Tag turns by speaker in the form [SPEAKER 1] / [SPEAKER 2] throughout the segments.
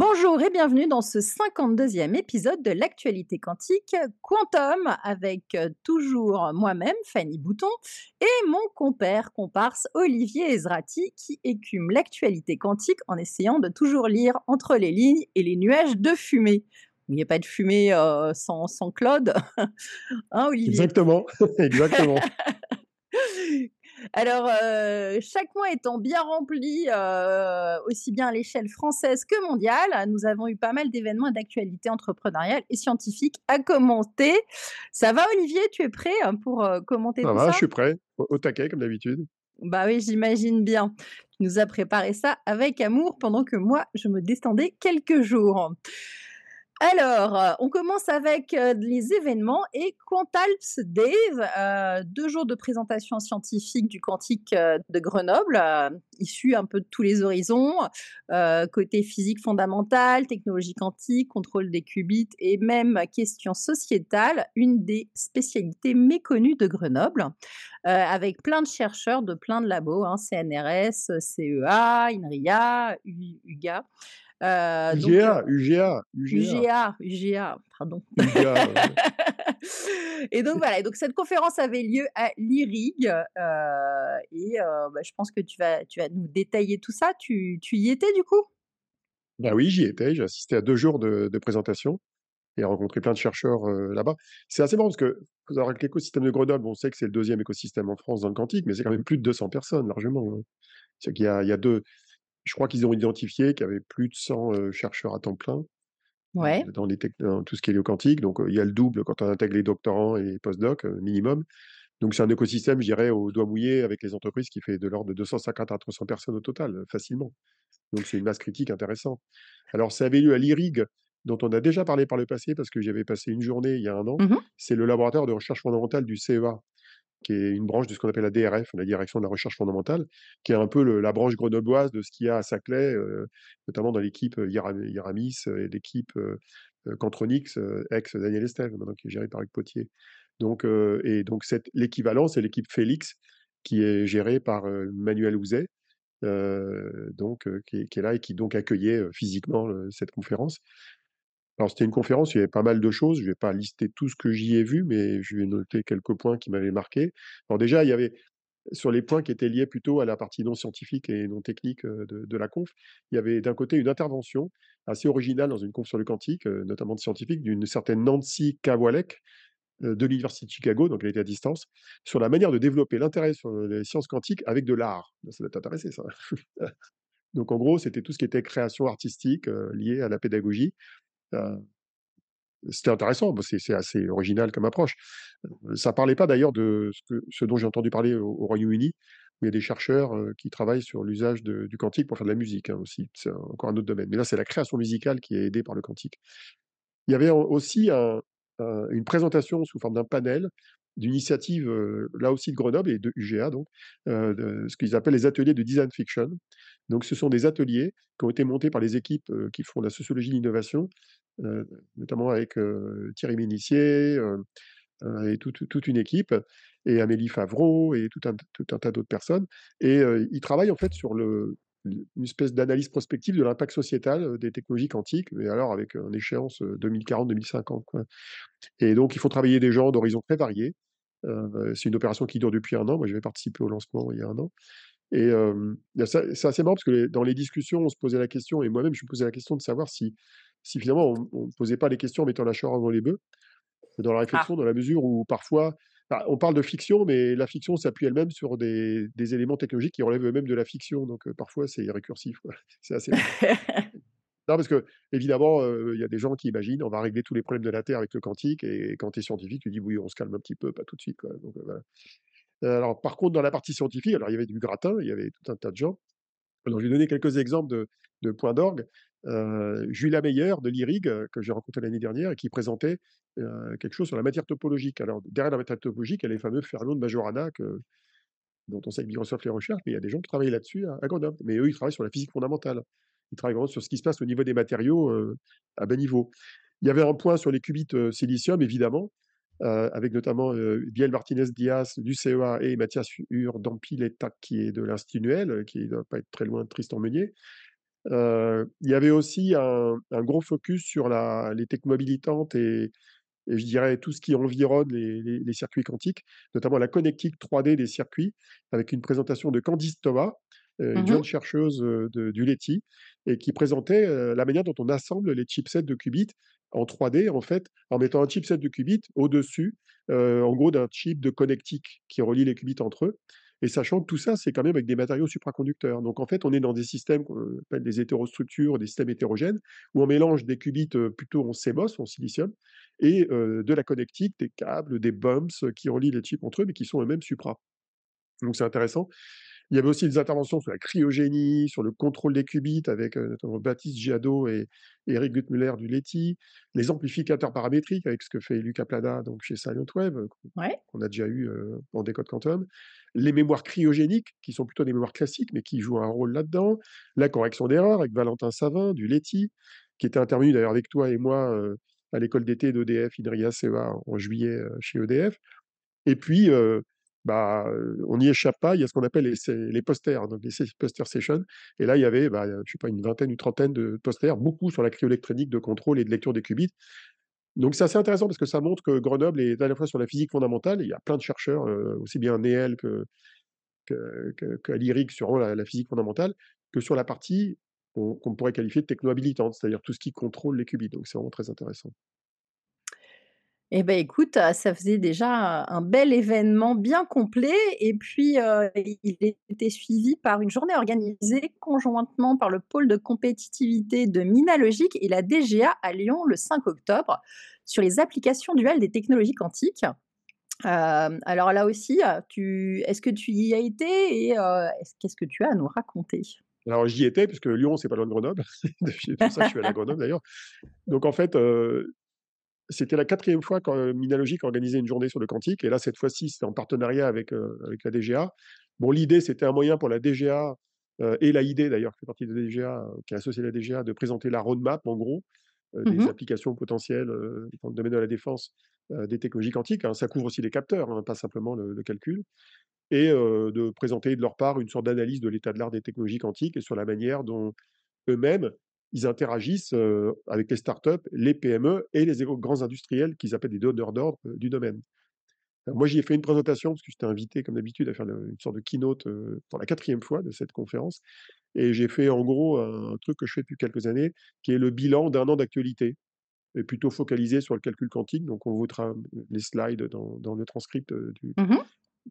[SPEAKER 1] Bonjour et bienvenue dans ce 52e épisode de l'actualité quantique Quantum avec toujours moi-même, Fanny Bouton, et mon compère comparse Olivier Ezrati qui écume l'actualité quantique en essayant de toujours lire entre les lignes et les nuages de fumée. Il n'y a pas de fumée sans Claude, hein Olivier?
[SPEAKER 2] Exactement, exactement.
[SPEAKER 1] Alors, chaque mois étant bien rempli, aussi bien à l'échelle française que mondiale, nous avons eu pas mal d'événements et d'actualités entrepreneuriales et scientifiques à commenter. Ça va Olivier? Tu es prêt, pour, commenter
[SPEAKER 2] Ça
[SPEAKER 1] tout
[SPEAKER 2] va, je
[SPEAKER 1] ça?
[SPEAKER 2] suis prêt, au taquet comme d'habitude.
[SPEAKER 1] Bah oui, j'imagine bien. Tu nous as préparé ça avec amour pendant que moi, je me détendais quelques jours. Alors, on commence avec, les événements et Quantalps Days, 2 jours de présentation scientifique du quantique, de Grenoble, issus un peu de tous les horizons, côté physique fondamentale, technologie quantique, contrôle des qubits et même questions sociétales, une des spécialités méconnues de Grenoble, avec plein de chercheurs de plein de labos, hein, CNRS, CEA, INRIA, UGA, donc
[SPEAKER 2] UGA,
[SPEAKER 1] pardon.
[SPEAKER 2] UGA,
[SPEAKER 1] Et donc voilà, et donc cette conférence avait lieu à l'IRIG, je pense que tu vas nous détailler tout ça. Tu y étais du coup?
[SPEAKER 2] bah oui, j'y étais, j'ai assisté à 2 jours de présentation et rencontré plein de chercheurs, là-bas. C'est assez marrant parce que faut savoir que l'écosystème de Grenoble, on sait que c'est le deuxième écosystème en France dans le quantique, mais c'est quand même plus de 200 personnes largement, hein. C'est qu'il y a 2, je crois qu'ils ont identifié qu'il y avait plus de 100, chercheurs à temps plein,
[SPEAKER 1] Ouais.
[SPEAKER 2] dans tout ce qui est lié au quantique, donc il y a le double quand on intègre les doctorants et les post-docs, minimum. Donc c'est un écosystème, je dirais, au doigt mouillé avec les entreprises qui fait de l'ordre de 250 à 300 personnes au total, facilement. Donc c'est une masse critique intéressante. Alors ça avait lieu à l'IRIG, dont on a déjà parlé par le passé parce que j'y avais passé une journée il y a 1 an.
[SPEAKER 1] Mmh.
[SPEAKER 2] C'est le laboratoire de recherche fondamentale du CEA, qui est une branche de ce qu'on appelle la DRF, la Direction de la recherche fondamentale, qui est un peu la branche grenobloise de ce qu'il y a à Saclay, notamment dans l'équipe Yaramis et l'équipe Cantronix, ex-Daniel Estève, maintenant qui est gérée par Hugues Potier. Donc l'équivalent, c'est l'équipe Félix, qui est gérée par Manuel Houzet, qui est là et qui donc accueillait physiquement cette conférence. Alors c'était une conférence, il y avait pas mal de choses, je vais pas lister tout ce que j'y ai vu, mais je vais noter quelques points qui m'avaient marqué. Alors déjà, il y avait sur les points qui étaient liés plutôt à la partie non scientifique et non technique, de la conf, il y avait d'un côté une intervention assez originale dans une conf sur le quantique, notamment de scientifiques, d'une certaine Nancy Kawalek, de l'université de Chicago, donc elle était à distance, sur la manière de développer l'intérêt sur les sciences quantiques avec de l'art. Ça doit t'intéresser ça. Donc en gros, c'était tout ce qui était création artistique, liée à la pédagogie. Heu, C'était intéressant, bah, c'est assez original comme approche. Ça parlait pas d'ailleurs de ce dont j'ai entendu parler au Royaume-Uni, où il y a des chercheurs, qui travaillent sur l'usage du quantique pour faire de la musique, hein, aussi. C'est encore un autre domaine. Mais là, c'est la création musicale qui est aidée par le quantique. Il y avait aussi une présentation sous forme d'un panel d'une initiative, là aussi de Grenoble et de UGA donc, de ce qu'ils appellent les ateliers de design fiction. Donc ce sont des ateliers qui ont été montés par les équipes, qui font de la sociologie de l'innovation, notamment avec, Thierry Ménissier, et toute une équipe et Amélie Favreau et tout un tas d'autres personnes et ils travaillent en fait sur une espèce d'analyse prospective de l'impact sociétal, des technologies quantiques, mais alors avec une échéance, 2040-2050 quoi et donc il faut travailler des gens d'horizons très variés. C'est une opération qui dure depuis 1 an. Moi, j'avais participé au lancement il y a 1 an et c'est assez marrant parce que dans les discussions, on se posait la question et moi-même je me posais la question de savoir si finalement on ne posait pas les questions en mettant la charrue avant les bœufs dans la
[SPEAKER 1] Ah.
[SPEAKER 2] réflexion, dans la mesure où parfois, bah, on parle de fiction, mais la fiction s'appuie elle-même sur des éléments technologiques qui relèvent eux-mêmes de la fiction, donc parfois c'est récursif, quoi. C'est assez marrant. Non, parce qu'évidemment, il y a des gens qui imaginent: «On va régler tous les problèmes de la Terre avec le quantique» et quand tu es scientifique, tu dis: «Oui, on se calme un petit peu, pas tout de suite, quoi», donc voilà. Alors par contre, dans la partie scientifique, alors il y avait du gratin, il y avait tout un tas de gens. Alors, je vais donner quelques exemples de points d'orgue. Julia Meyer de l'IRIG, que j'ai rencontré l'année dernière et qui présentait, quelque chose sur la matière topologique. Alors derrière la matière topologique, il y a les fameux fermions de Majorana dont on sait que Microsoft les recherche, mais il y a des gens qui travaillent là-dessus à Grenoble. Mais eux, ils travaillent sur la physique fondamentale. Ils travaillent vraiment sur ce qui se passe au niveau des matériaux, à bas niveau. Il y avait un point sur les qubits, silicium évidemment, avec notamment, Biel Martinez-Diaz du CEA et Mathias Urdampileta qui est de l'Institut Nuel, qui ne doit pas être très loin de Tristan Meunier. Il y avait aussi un gros focus sur les techno habilitantes et je dirais tout ce qui environne les circuits quantiques, notamment la connectique 3D des circuits, avec une présentation de Candice Thomas, une
[SPEAKER 1] Mmh.
[SPEAKER 2] jeune chercheuse, du LETI et qui présentait, la manière dont on assemble les chipsets de qubits en 3D, en fait, en mettant un chipset de qubits au-dessus, en gros, d'un chip de connectique qui relie les qubits entre eux et sachant que tout ça, c'est quand même avec des matériaux supraconducteurs. Donc en fait, on est dans des systèmes qu'on appelle des hétérostructures, des systèmes hétérogènes, où on mélange des qubits, plutôt en CMOS, en silicium, et de la connectique, des câbles, des bumps qui relient les chips entre eux, mais qui sont eux-mêmes supra. Donc c'est intéressant. Il y avait aussi des interventions sur la cryogénie, sur le contrôle des qubits avec, notamment Baptiste Giado et Eric Guttmuller du LETI, les amplificateurs paramétriques avec ce que fait Luca Plana donc chez SilentWave,
[SPEAKER 1] Ouais.
[SPEAKER 2] qu'on a déjà eu, en décode quantum. Les mémoires cryogéniques, qui sont plutôt des mémoires classiques, mais qui jouent un rôle là-dedans. La correction d'erreurs avec Valentin Savin du LETI, qui était intervenu d'ailleurs avec toi et moi, à l'école d'été d'EDF Idria CEA en juillet, chez EDF. Et puis, on n'y échappe pas, il y a ce qu'on appelle les posters, donc les poster sessions et là, il y avait, je sais pas, une vingtaine, une trentaine de posters, beaucoup sur la cryoélectronique de contrôle et de lecture des qubits. Donc c'est assez intéressant parce que ça montre que Grenoble est à la fois sur la physique fondamentale, il y a plein de chercheurs, aussi bien à Néel qu'à l'IRIC sur la physique fondamentale, que sur la partie qu'on pourrait qualifier de techno-habilitante, c'est-à-dire tout ce qui contrôle les qubits, donc c'est vraiment très intéressant.
[SPEAKER 1] Eh ben, écoute, ça faisait déjà un bel événement bien complet et puis, il était suivi par une journée organisée conjointement par le pôle de compétitivité de Minalogic et la DGA à Lyon le 5 octobre sur les applications duales des technologies quantiques. Alors là aussi, tu est-ce que tu y as été et qu'est-ce que tu as à nous raconter?
[SPEAKER 2] Alors j'y étais puisque Lyon, c'est pas loin de Grenoble, c'est pour ça que je suis allé à Grenoble d'ailleurs. Donc en fait, c'était la quatrième fois que Minalogic organisait une journée sur le quantique et là, cette fois-ci, c'était en partenariat avec la DGA. Bon, l'idée, c'était un moyen pour la DGA, et l'AID d'ailleurs, qui fait partie de la DGA, qui est associée à la DGA, de présenter la roadmap en gros, des
[SPEAKER 1] Mmh.
[SPEAKER 2] applications potentielles, dans le domaine de la défense, des technologies quantiques, hein. Ça couvre aussi les capteurs, hein, pas simplement le calcul et de présenter de leur part une sorte d'analyse de l'état de l'art des technologies quantiques et sur la manière dont eux-mêmes, ils interagissent, avec les startups, les PME et les grands industriels qu'ils appellent des donneurs d'ordre, du domaine. Moi, j'y ai fait une présentation parce que j'étais invité comme d'habitude à faire une sorte de keynote, pour la quatrième fois de cette conférence et j'ai fait en gros un truc que je fais depuis quelques années, qui est le bilan d'un an d'actualité et plutôt focalisé sur le calcul quantique. Donc on votera les slides dans le transcript,
[SPEAKER 1] Mmh.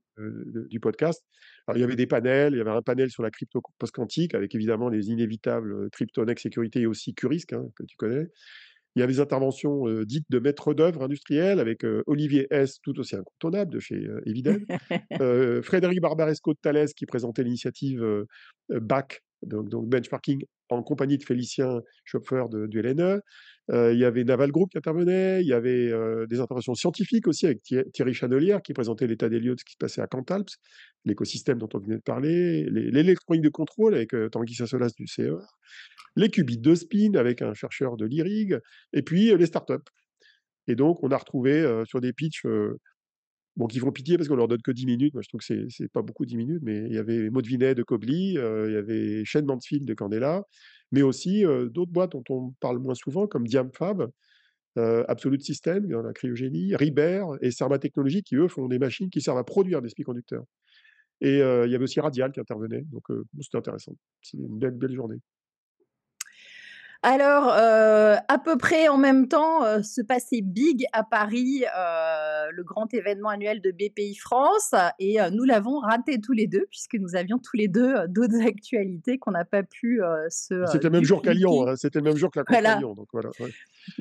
[SPEAKER 2] du podcast. Alors, il y avait des panels, il y avait un panel sur la crypto post-quantique avec évidemment les inévitables Cryptonex Sécurité et aussi QRISC, hein, que tu connais. Il y avait des interventions dites de maîtres d'œuvre industriels avec Olivier S, tout aussi incontournable de chez Eviden, Frédéric Barbaresco de Thales qui présentait l'initiative BAC, donc Benchmarking, en compagnie de Félicien Schopfer du LNE. Il y avait Naval Group qui intervenait, il y avait des interventions scientifiques aussi avec Thierry Chanelière qui présentait l'état des lieux de ce qui se passait à Cantalps, l'écosystème dont on venait de parler, l'électronique de contrôle avec Tanguy Sassolas du CEA, les qubits de spin avec un chercheur de l'IRIG, et puis les startups. Et donc, on a retrouvé sur des pitchs bon, qui font pitié parce qu'on leur donne que 10 minutes. Moi, je trouve que c'est pas beaucoup 10 minutes, mais il y avait Maud Vinet de Kobli, il y avait Shane Mansfield de Candela, mais aussi d'autres boîtes dont on parle moins souvent, comme Diamfab, Absolute Systems dans la cryogénie, Ribert et Serma Technologies, qui eux font des machines qui servent à produire des semi-conducteurs. Et il y avait aussi Radial qui intervenait, donc bon, c'était intéressant. C'était une belle, belle journée.
[SPEAKER 1] Alors, à peu près en même temps, se passait Big à Paris, le grand événement annuel de BPI France et nous l'avons raté tous les 2 puisque nous avions tous les 2 d'autres actualités qu'on n'a pas pu,
[SPEAKER 2] C'était le même jour qu'à Lyon,
[SPEAKER 1] dupliquer.
[SPEAKER 2] hein, c'était le même jour que la conf à
[SPEAKER 1] Voilà.
[SPEAKER 2] Lyon, donc voilà, ouais.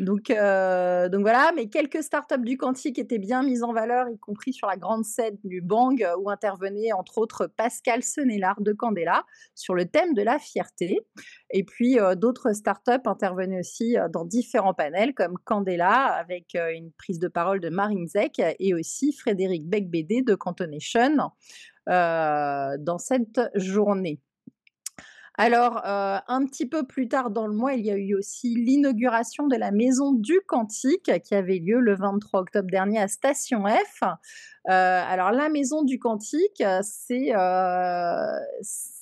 [SPEAKER 1] Donc voilà, mais quelques startups du quantique étaient bien mises en valeur, y compris sur la grande scène du Bang, où intervenait entre autres Pascal Senelard de Candela sur le thème de la fierté. Et puis d'autres startups intervenaient aussi dans différents panels comme Candela avec une prise de parole de Marine Zek et aussi Frédéric Becbédé de Cantonation dans cette journée. Alors, un petit peu plus tard dans le mois, il y a eu aussi l'inauguration de la Maison du Quantique qui avait lieu le 23 octobre dernier à Station F. Alors la Maison du Quantique,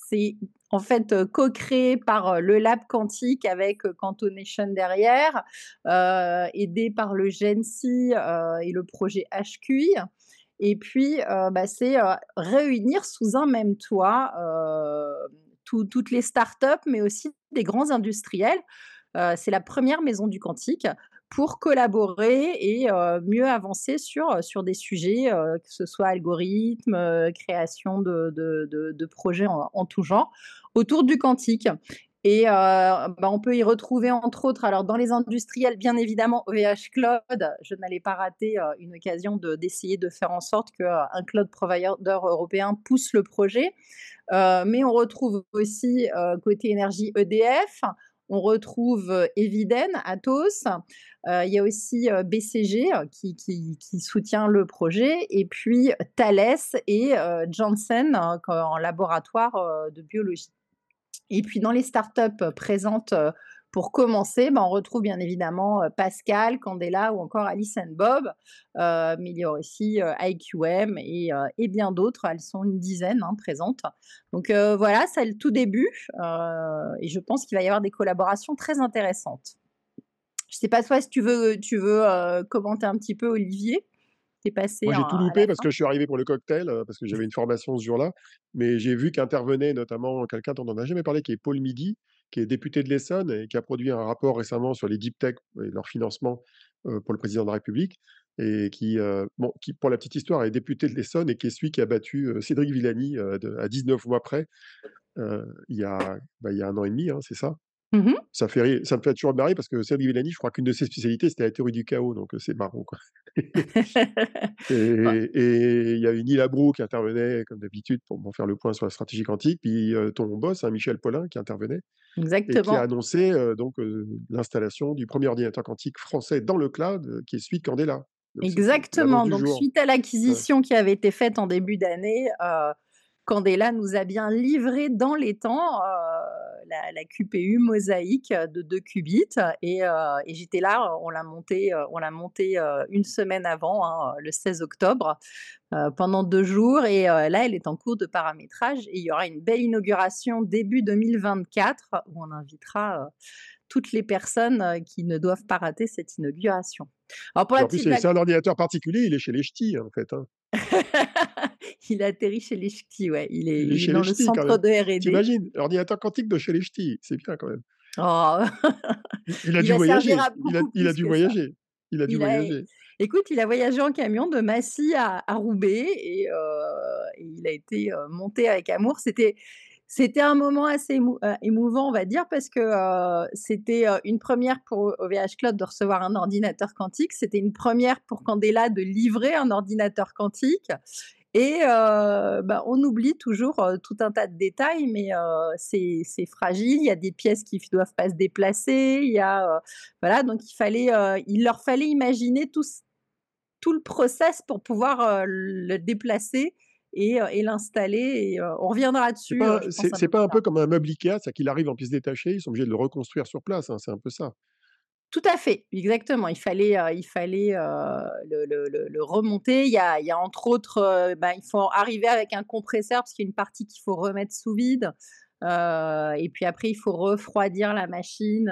[SPEAKER 1] c'est en fait, co-créé par, le Lab Quantique avec, Canto Nation derrière, aidé par le GENSI, et le projet HQI. Et puis, c'est, réunir sous un même toit, toutes les startups, mais aussi des grands industriels. C'est la première maison du quantique pour collaborer et mieux avancer sur des sujets, que ce soit algorithmes, création de projets en tout genre, autour du quantique. Et on peut y retrouver entre autres, alors dans les industriels, bien évidemment, OVH Cloud. Je n'allais pas rater, une occasion d'essayer de faire en sorte qu'un cloud provider européen pousse le projet. Mais on retrouve aussi, côté énergie EDF, on retrouve, Eviden, Atos, il y a aussi, BCG, qui soutient le projet et puis Thales et Janssen, en laboratoire, de biologie. Et puis dans les startups présentes, pour commencer, on retrouve bien évidemment, Pascal, Candela ou encore Alice& Bob, mais il y a aussi, IQM et bien d'autres. Elles sont une dizaine, hein, présentes. Donc voilà, c'est le tout début, et je pense qu'il va y avoir des collaborations très intéressantes. Je sais pas toi si tu veux, commenter un petit peu Olivier? Tu es passé
[SPEAKER 2] Moi, j'ai tout
[SPEAKER 1] à la
[SPEAKER 2] loupé parce
[SPEAKER 1] fin.
[SPEAKER 2] que je suis arrivé pour le cocktail, parce que j'avais une formation ce jour-là, mais j'ai vu qu'intervenait notamment quelqu'un dont on n'a jamais parlé, qui est Paul Midi, qui est député de l'Essonne et qui a produit un rapport récemment sur les deep tech et leur financement, pour le président de la République et qui, pour la petite histoire, est député de l'Essonne et qui est celui qui a battu, Cédric Villani, à 19 mois près, il y a 1 an et demi, hein, c'est ça?
[SPEAKER 1] Mmh.
[SPEAKER 2] Ça me fait toujours marrer parce que Cédric Villani, je crois qu'une de ses spécialités, c'était la théorie du chaos, donc c'est marrant, quoi.
[SPEAKER 1] Bah,
[SPEAKER 2] Et il y avait Neil Abrou qui intervenait comme d'habitude pour faire le point sur la stratégie quantique, puis, ton boss, hein, Michel Paulin qui intervenait et qui a
[SPEAKER 1] exactement.
[SPEAKER 2] annoncé, l'installation du premier ordinateur quantique français dans le cloud, qui est celui de Candela. Donc c'était l'annonce
[SPEAKER 1] Exactement,
[SPEAKER 2] du
[SPEAKER 1] donc
[SPEAKER 2] jour.
[SPEAKER 1] suite à
[SPEAKER 2] Ouais.
[SPEAKER 1] l'acquisition qui avait été faite en début d'année, Candela nous a bien livré dans les temps, la QPU Mosaïque, de 2 qubits et j'étais là, on l'a montée, 1 semaine avant, hein, le 16 octobre, pendant 2 jours et là, elle est en cours de paramétrage et il y aura une belle inauguration début 2024 où on invitera, toutes les personnes, qui ne doivent pas rater cette inauguration. Alors pour
[SPEAKER 2] Et
[SPEAKER 1] la
[SPEAKER 2] en plus,
[SPEAKER 1] petite blague.
[SPEAKER 2] c'est un ordinateur particulier, il est chez les ch'tis, en fait, hein.
[SPEAKER 1] Il atterrit chez les ch'tis, ouais, il est
[SPEAKER 2] Il est
[SPEAKER 1] il est
[SPEAKER 2] chez
[SPEAKER 1] dans
[SPEAKER 2] les
[SPEAKER 1] le
[SPEAKER 2] ch'tis quand
[SPEAKER 1] centre
[SPEAKER 2] même.
[SPEAKER 1] de R&D.
[SPEAKER 2] Tu Ordinateur quantique de chez les ch'tis, c'est bien quand même.
[SPEAKER 1] Oh!
[SPEAKER 2] Il a
[SPEAKER 1] Il
[SPEAKER 2] dû
[SPEAKER 1] va servir
[SPEAKER 2] voyager,
[SPEAKER 1] à beaucoup
[SPEAKER 2] il a
[SPEAKER 1] plus
[SPEAKER 2] dû
[SPEAKER 1] que ça.
[SPEAKER 2] voyager, il a dû
[SPEAKER 1] Il a
[SPEAKER 2] voyager.
[SPEAKER 1] Écoute, il a voyagé en camion de Massy à Roubaix et il a été, monté avec amour. C'était un moment assez émouvant, on va dire, parce que, c'était, une première pour OVH Cloud de recevoir un ordinateur quantique. C'était une première pour Candela de livrer un ordinateur quantique et on oublie toujours, tout un tas de détails, mais c'est fragile. Il y a des pièces qui doivent pas se déplacer, il y a, voilà, donc il leur fallait imaginer tout le process pour pouvoir, le déplacer et l'installer et on reviendra dessus, je pense un
[SPEAKER 2] C'est
[SPEAKER 1] peu
[SPEAKER 2] pas
[SPEAKER 1] plus
[SPEAKER 2] un peu
[SPEAKER 1] tard.
[SPEAKER 2] comme un meuble IKEA, c'est-à-dire qu'il arrive en pièces détachées, ils sont obligés de le reconstruire sur place, hein, c'est un peu ça.
[SPEAKER 1] Tout à fait, exactement. Il fallait, le remonter. Il y a entre autres, il faut arriver avec un compresseur parce qu'il y a une partie qu'il faut remettre sous vide, et puis après il faut refroidir la machine,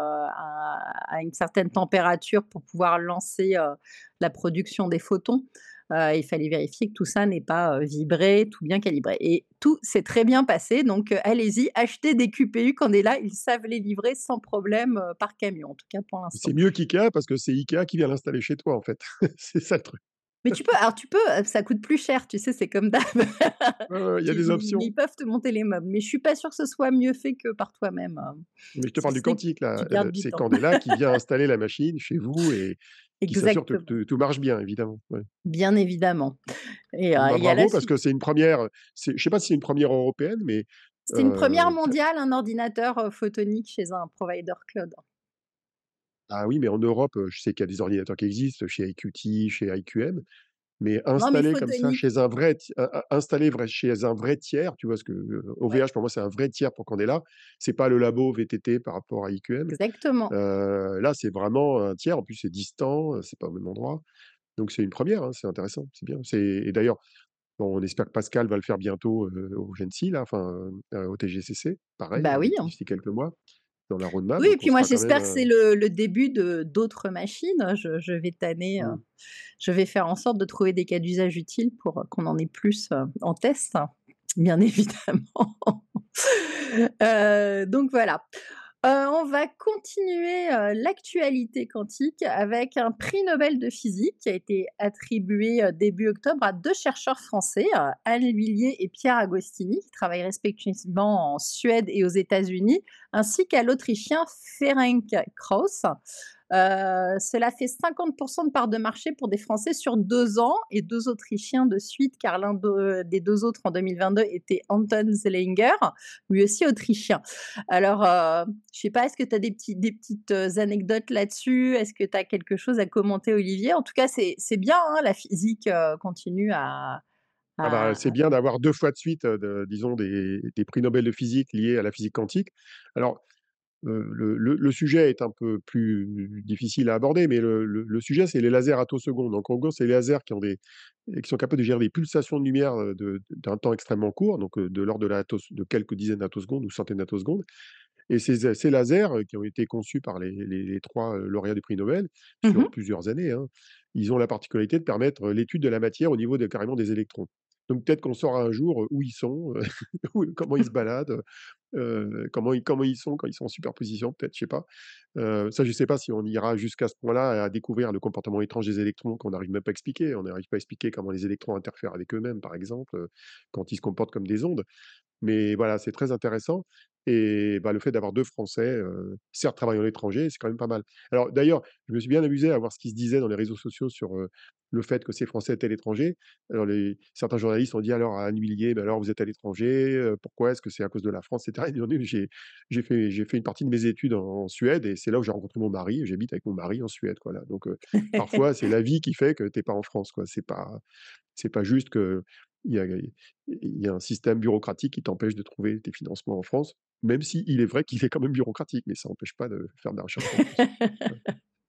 [SPEAKER 1] à une certaine température pour pouvoir lancer, la production des photons. Il fallait vérifier que tout ça n'ait pas, vibré, tout bien calibré et tout s'est très bien passé donc allez-y, achetez des QPU quand on est là, ils savent les livrer sans problème, par camion, en tout cas pour l'instant.
[SPEAKER 2] C'est mieux qu'IKEA parce que c'est IKEA qui vient l'installer chez toi, en fait. C'est ça le truc.
[SPEAKER 1] Mais ça coûte plus cher, tu sais, c'est comme d'hab.
[SPEAKER 2] Ouais, ouais, il y a
[SPEAKER 1] Tu
[SPEAKER 2] des
[SPEAKER 1] Mais
[SPEAKER 2] options.
[SPEAKER 1] ils peuvent te monter les meubles, mais je suis pas sûre que ce soit mieux fait que par toi-même,
[SPEAKER 2] Mais je te
[SPEAKER 1] si
[SPEAKER 2] parle du
[SPEAKER 1] ce n'est que
[SPEAKER 2] quantique là,
[SPEAKER 1] tu gardes du
[SPEAKER 2] c'est
[SPEAKER 1] temps.
[SPEAKER 2] Candela qui vient installer la machine chez vous et qui s'assure que
[SPEAKER 1] Exactement,
[SPEAKER 2] tout marche bien évidemment, ouais.
[SPEAKER 1] bien évidemment et
[SPEAKER 2] Bon bah,
[SPEAKER 1] il y a la
[SPEAKER 2] bravo parce
[SPEAKER 1] suite.
[SPEAKER 2] que c'est une première, je sais pas si c'est une première européenne, mais
[SPEAKER 1] C'est une première
[SPEAKER 2] tu
[SPEAKER 1] mondiale, un ordinateur, photonique chez un provider cloud.
[SPEAKER 2] ah oui, mais en Europe, je sais qu'il y a des ordinateurs qui existent chez IQT, chez IQM, mais
[SPEAKER 1] Non, mais
[SPEAKER 2] installé comme ça
[SPEAKER 1] photonique.
[SPEAKER 2] chez un vrai ti in installé chez un vrai tiers, tu vois? Ce que,
[SPEAKER 1] Ouais,
[SPEAKER 2] OVH pour moi c'est un vrai tiers pour Candela, c'est pas le labo VTT par rapport à IQM.
[SPEAKER 1] exactement.
[SPEAKER 2] Là, c'est vraiment un tiers, en plus c'est distant, c'est pas au même endroit, donc c'est une première, hein, c'est intéressant, c'est bien. C'est Et d'ailleurs, Bon, on espère que Pascal va le faire bientôt, au GENSI là, enfin, au TGCC, pareil,
[SPEAKER 1] Bah oui, hein.
[SPEAKER 2] d'ici quelques mois, dans la roadmap,
[SPEAKER 1] Oui et
[SPEAKER 2] donc on
[SPEAKER 1] puis moi
[SPEAKER 2] sera quand même,
[SPEAKER 1] j'espère que c'est le début de d'autres machines. Je vais tanner,
[SPEAKER 2] mmh.
[SPEAKER 1] je vais faire en sorte de trouver des cas d'usage utiles pour, qu'on en ait plus, en test, bien évidemment. Donc voilà. On va continuer, l'actualité quantique avec un prix Nobel de physique qui a été attribué, début octobre à 2 chercheurs français, Anne L'Huillier et Pierre Agostini, qui travaillent respectivement en Suède et aux États-Unis, ainsi qu'à l'Autrichien Ferenc Krauss. Cela fait 50 de part de marché pour des Français sur 2 ans et 2 Autrichiens de suite, car des 2 autres en 2022 était Anton Zeilinger, lui aussi autrichien. Alors, je sais pas, est-ce que tu as des petites, anecdotes là-dessus? Est-ce que tu as quelque chose à commenter, Olivier? En tout cas, c'est bien, hein, la physique, continue
[SPEAKER 2] Ah bah,
[SPEAKER 1] à
[SPEAKER 2] c'est bien d'avoir 2 fois de suite, disons des prix Nobel de physique liés à la physique quantique. Alors, le sujet est un peu plus difficile à aborder, mais le sujet, c'est les lasers attosecondes. Donc en gros, c'est les lasers qui sont capables de générer des pulsations de lumière, d'un temps extrêmement court, donc de l'ordre de quelques dizaines d'attosecondes ou centaines d'attosecondes. Et ces lasers, qui ont été conçus par les 3, lauréats du prix Nobel sur
[SPEAKER 1] mmh.
[SPEAKER 2] plusieurs années, hein, ils ont la particularité de permettre, l'étude de la matière au niveau carrément des électrons. Donc peut-être qu'on saura un jour, où ils sont, comment ils se baladent, comment ils sont quand ils sont en superposition, peut-être, je sais pas. Ça, je sais pas si on ira jusqu'à ce point-là, à découvrir le comportement étrange des électrons qu'on n'arrive même pas à expliquer. On n'arrive pas à expliquer comment les électrons interfèrent avec eux-mêmes, par exemple, quand ils se comportent comme des ondes. Mais voilà, c'est très intéressant et bah, le fait d'avoir 2 Français, certes travaillant à l'étranger, c'est quand même pas mal. Alors d'ailleurs, je me suis bien amusé à voir ce qui se disait dans les réseaux sociaux sur, le fait que ces Français étaient à l'étranger. Alors certains journalistes ont dit alors à Anne Villiers: «Mais alors vous êtes à l'étranger, pourquoi? Est-ce que c'est à cause de la France?» et cetera. Et bien entendu, j'ai fait une partie de mes études en Suède et c'est là où j'ai rencontré mon mari et j'habite avec mon mari en Suède, quoi, là. Donc parfois, c'est la vie qui fait que tu es pas en France, quoi. C'est pas juste qu'il y a il y a un système bureaucratique qui t'empêche de trouver tes financements en France, même si il est vrai qu'il est quand même bureaucratique, mais ça n'empêche pas de faire de la recherche en France. Ouais.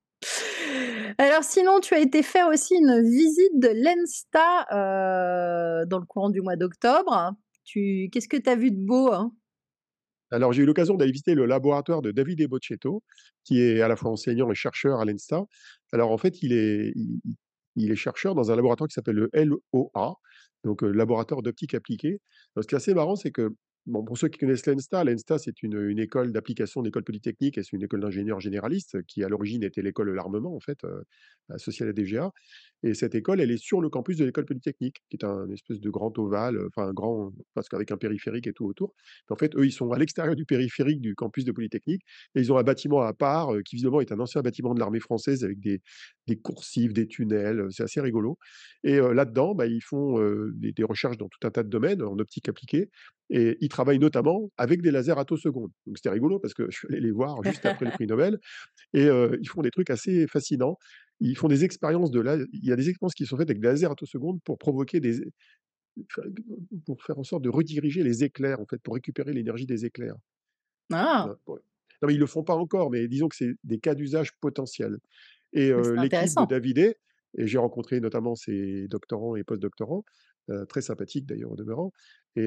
[SPEAKER 1] Alors sinon, tu as été faire aussi une visite de l'ENSTA, dans le courant du mois d'octobre. Tu Qu'est-ce que tu as vu de beau, hein?
[SPEAKER 2] Alors j'ai eu l'occasion d'aller visiter le laboratoire de Davide Bocchetto, qui est à la fois enseignant et chercheur à l'ENSTA. Alors en fait, il est chercheur dans un laboratoire qui s'appelle le LOA, donc laboratoire d'optique appliquée. Alors ce qui est assez marrant, c'est que, bon, pour ceux qui connaissent l'ENSTA, c'est une école d'application d'école polytechnique et c'est une école d'ingénieurs généralistes qui, à l'origine, était l'école de l'armement, en fait, associée à la DGA. Et cette école, elle est sur le campus de l'école polytechnique, qui est un espèce de grand ovale, enfin un grand, parce qu'avec un périphérique et tout autour. En fait, eux, ils sont à l'extérieur du périphérique du campus de Polytechnique et ils ont un bâtiment à part, qui visiblement est un ancien bâtiment de l'armée française avec des coursives, des tunnels, c'est assez rigolo et là-dedans, bah, ils font, des recherches dans tout un tas de domaines en optique appliquée et ils travaillent notamment avec des lasers attosecondes. Donc c'était rigolo parce que je suis allé les voir juste après le prix Nobel et ils font des trucs assez fascinants. Ils font des expériences il y a des expériences qui sont faites avec des lasers attosecondes pour provoquer Fa pour faire en sorte de rediriger les éclairs, en fait, pour récupérer l'énergie des éclairs. Ouais,
[SPEAKER 1] Ah!
[SPEAKER 2] ouais. Non, mais ils le font pas encore, mais disons que c'est des cas d'usage potentiels et
[SPEAKER 1] Mais c'est
[SPEAKER 2] l'équipe de
[SPEAKER 1] intéressant.
[SPEAKER 2] Davidé et j'ai rencontré notamment ses doctorants et post-doctorants, très sympathiques d'ailleurs au demeurant et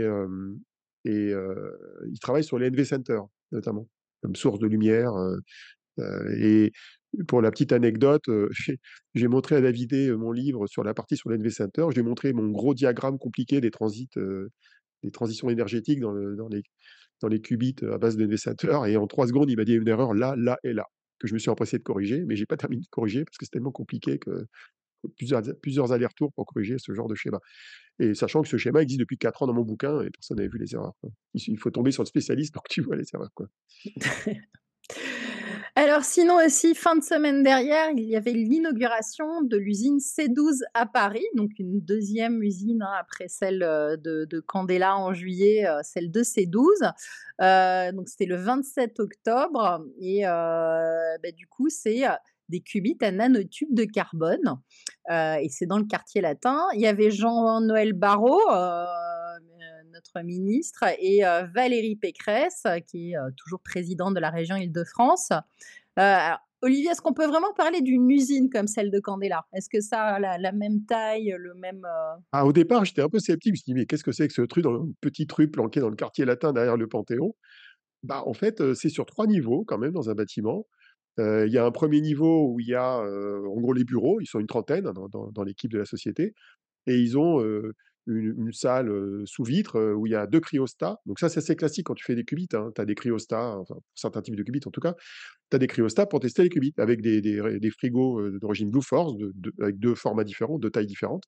[SPEAKER 2] ils travaillent sur les NV Center notamment, comme source de lumière, et pour la petite anecdote, j'ai montré à Davidé, mon livre sur la partie sur l'NV Center. Je lui ai montré mon gros diagramme compliqué des transitions énergétiques dans les qubits, à base d'NV Center et en 3 secondes, il m'a dit: «Une erreur là, là et là», que je me suis empressé de corriger, mais j'ai pas terminé de corriger parce que c'est tellement compliqué que faut plusieurs allers-retours pour corriger ce genre de schéma et sachant que ce schéma existe depuis 4 ans dans mon bouquin et personne n'avait vu les erreurs, quoi. Il faut tomber sur le spécialiste pour que tu vois les erreurs, quoi.
[SPEAKER 1] Alors sinon aussi, fin de semaine dernière, il y avait l'inauguration de l'usine C12 à Paris, donc une deuxième usine, hein, après celle, de Candela en juillet, celle de C12. Donc c'était le 27 octobre et du coup, c'est, des qubits à nanotubes de carbone, et c'est dans le quartier latin. Il y avait Jean-Noël Barrot, notre ministre et Valérie Pécresse, qui est, toujours présidente de la région Île-de-France. Alors Olivier, est-ce qu'on peut vraiment parler d'une usine comme celle de Candela? Est-ce que ça a la même taille, le même,
[SPEAKER 2] Ah, au départ, j'étais un peu sceptique, je me suis dit: «Mais qu'est-ce que c'est que ce truc dans une petite rue planquée dans le quartier latin derrière le Panthéon?» Bah, en fait, c'est sur 3 niveaux quand même dans un bâtiment. Il y a un premier niveau où il y a, en gros les bureaux, ils sont une trentaine dans l'équipe de la société et ils ont, une salle, sous vitre, où il y a 2 cryostats. Donc ça, c'est assez classique quand tu fais des qubits, hein. Tu as des cryostats, enfin pour certains types de qubits en tout cas, tu as des cryostats pour tester les qubits avec des frigos, d'origine Blue Force avec 2 formats différents, 2 tailles différentes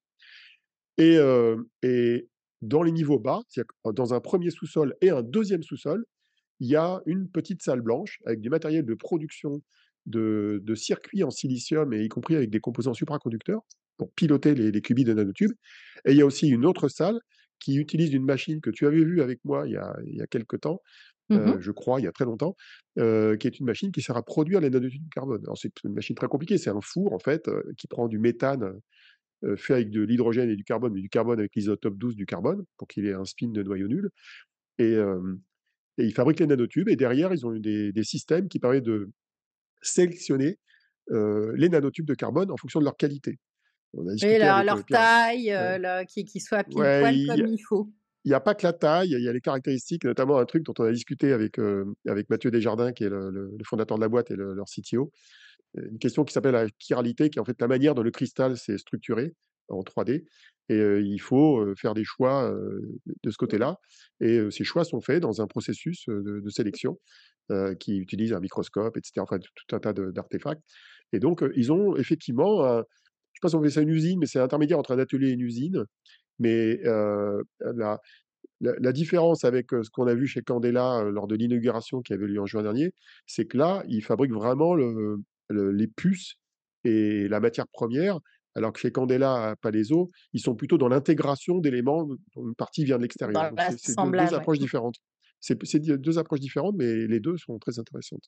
[SPEAKER 2] et dans les niveaux bas, c'est-à-dire que dans un premier sous-sol et un deuxième sous-sol, il y a une petite salle blanche avec du matériel de production de circuits en silicium et y compris avec des composants supraconducteurs pour piloter les qubits de nanotubes. Et il y a aussi une autre salle qui utilise une machine que tu avais vue avec moi il y a quelque temps,
[SPEAKER 1] mmh.
[SPEAKER 2] je crois, il y a très longtemps, qui est une machine qui sert à produire les nanotubes de carbone. Alors c'est une machine très compliquée, c'est un four en fait, qui prend du méthane, fait avec de l'hydrogène et du carbone, mais du carbone avec l'isotope 12 du carbone pour qu'il ait un spin de noyau nul et hem et ils fabriquent les nanotubes et derrière, ils ont eu des systèmes qui permettent de sélectionner, les nanotubes de carbone en fonction de leur qualité. On a
[SPEAKER 1] Oui,
[SPEAKER 2] discuté avec,
[SPEAKER 1] leur
[SPEAKER 2] Pierre
[SPEAKER 1] taille,
[SPEAKER 2] ouais,
[SPEAKER 1] le qui soit pile
[SPEAKER 2] ouais,
[SPEAKER 1] poil comme il faut.
[SPEAKER 2] il y a pas que la taille, il y a les caractéristiques, notamment un truc dont on a discuté avec Mathieu Desjardins, qui est le fondateur de la boîte et leur CTO. Une question qui s'appelle la chiralité, qui est en fait la manière dont le cristal s'est structuré en 3D et il faut, faire des choix, de ce côté-là et ces choix sont faits dans un processus, de sélection, qui utilise un microscope et cetera, enfin tout un tas d'artefacts et donc ils ont effectivement un je sais pas si on appelle ça une usine, mais c'est intermédiaire entre un atelier et une usine, mais la différence avec, ce qu'on a vu chez Candela, lors de l'inauguration qui avait lieu en juin dernier, c'est que là, ils fabriquent vraiment les puces et la matière première, alors que chez Candela à Palaiseau, ils sont plutôt dans l'intégration d'éléments dont une partie vient de l'extérieur.
[SPEAKER 1] Dans
[SPEAKER 2] Donc c'est 2
[SPEAKER 1] l'assemblage, ouais.
[SPEAKER 2] approches différentes. C'est 2 approches différentes, mais les 2 sont très intéressantes.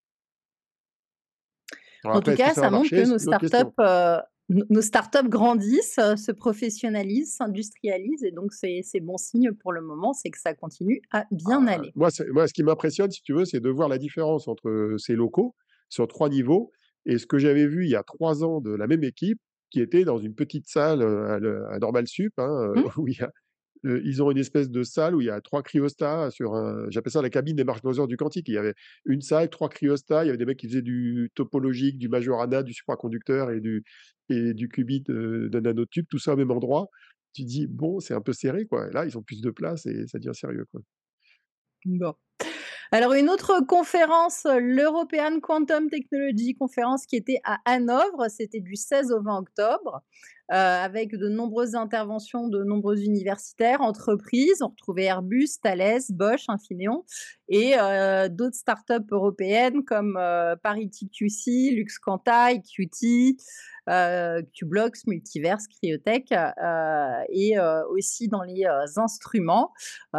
[SPEAKER 2] Alors
[SPEAKER 1] En tout
[SPEAKER 2] après, est-ce que
[SPEAKER 1] cas,
[SPEAKER 2] ça va
[SPEAKER 1] ça montre
[SPEAKER 2] marcher?
[SPEAKER 1] que
[SPEAKER 2] C'est une autre question.
[SPEAKER 1] nos startups grandissent, se professionnalisent, s'industrialisent et donc c'est bon signe pour le moment, c'est que ça continue à bien
[SPEAKER 2] Ah,
[SPEAKER 1] aller.
[SPEAKER 2] moi, ce qui m'impressionne, si tu veux, c'est de voir la différence entre, ces locaux sur 3 niveaux et ce que j'avais vu il y a 3 ans de la même équipe qui était dans une petite salle, à Normal Sup, hein,
[SPEAKER 1] Mmh.
[SPEAKER 2] où ils ont une espèce de salle où il y a 3 cryostats sur un j'appelle ça la cabine des marshmallows du quantique. Il y avait une salle, 3 cryostats, il y avait des mecs qui faisaient du topologique, du majorana, du supraconducteur et du qubit, de nanotube, tout ça au même endroit. Tu te dis: «Bon, c'est un peu serré, quoi» et là, ils ont plus de place et ça devient sérieux, quoi.
[SPEAKER 1] Bon. Alors une autre conférence, l'European Quantum Technology conférence qui était à Hanovre, c'était du 16 au 20 octobre, avec de nombreuses interventions de nombreux universitaires, entreprises. On retrouvait Airbus, Thales, Bosch, Infineon et d'autres startups européennes comme, Parity QC, Luxquanta, IQT, Qblox, Multiverse, Cryotech, et aussi dans les, instruments.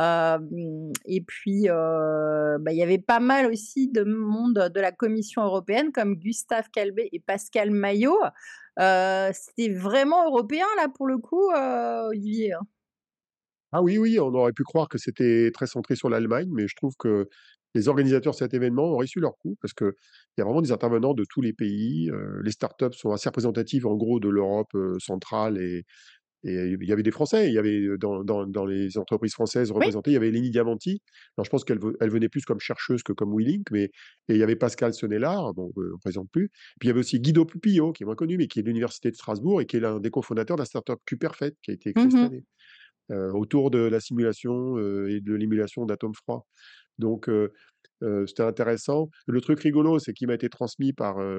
[SPEAKER 1] Et puis, il y avait pas mal aussi de monde de la Commission européenne comme Gustave Calvet et Pascal Maillot. C'était vraiment européen là pour le coup, Olivier, hein?
[SPEAKER 2] Ah oui, oui, on aurait pu croire que c'était très centré sur l'Allemagne, mais je trouve que les organisateurs de cet événement ont réussi leur coup parce qu'il y a vraiment des intervenants de tous les pays. Les startups sont assez représentatives en gros de l'Europe, centrale et il y avait des Français. Il y avait, dans les entreprises françaises
[SPEAKER 1] Oui,
[SPEAKER 2] représentées, il y avait Lénie Diamanti. Alors je pense qu'elle venait plus comme chercheuse que comme Willink, mais et il y avait Pascal Sonnellard, bon, on ne présente plus. Puis il y avait aussi Guido Pupillo, qui est moins connu, mais qui est de l'université de Strasbourg et qui est l'un des cofondateurs de la startup Q-Perfect, qui a été créée cette
[SPEAKER 1] mmh.
[SPEAKER 2] année. Autour de la simulation, et de l'émulation d'atomes froids. Donc c'était intéressant. Le truc rigolo, c'est qu'il m'a été transmis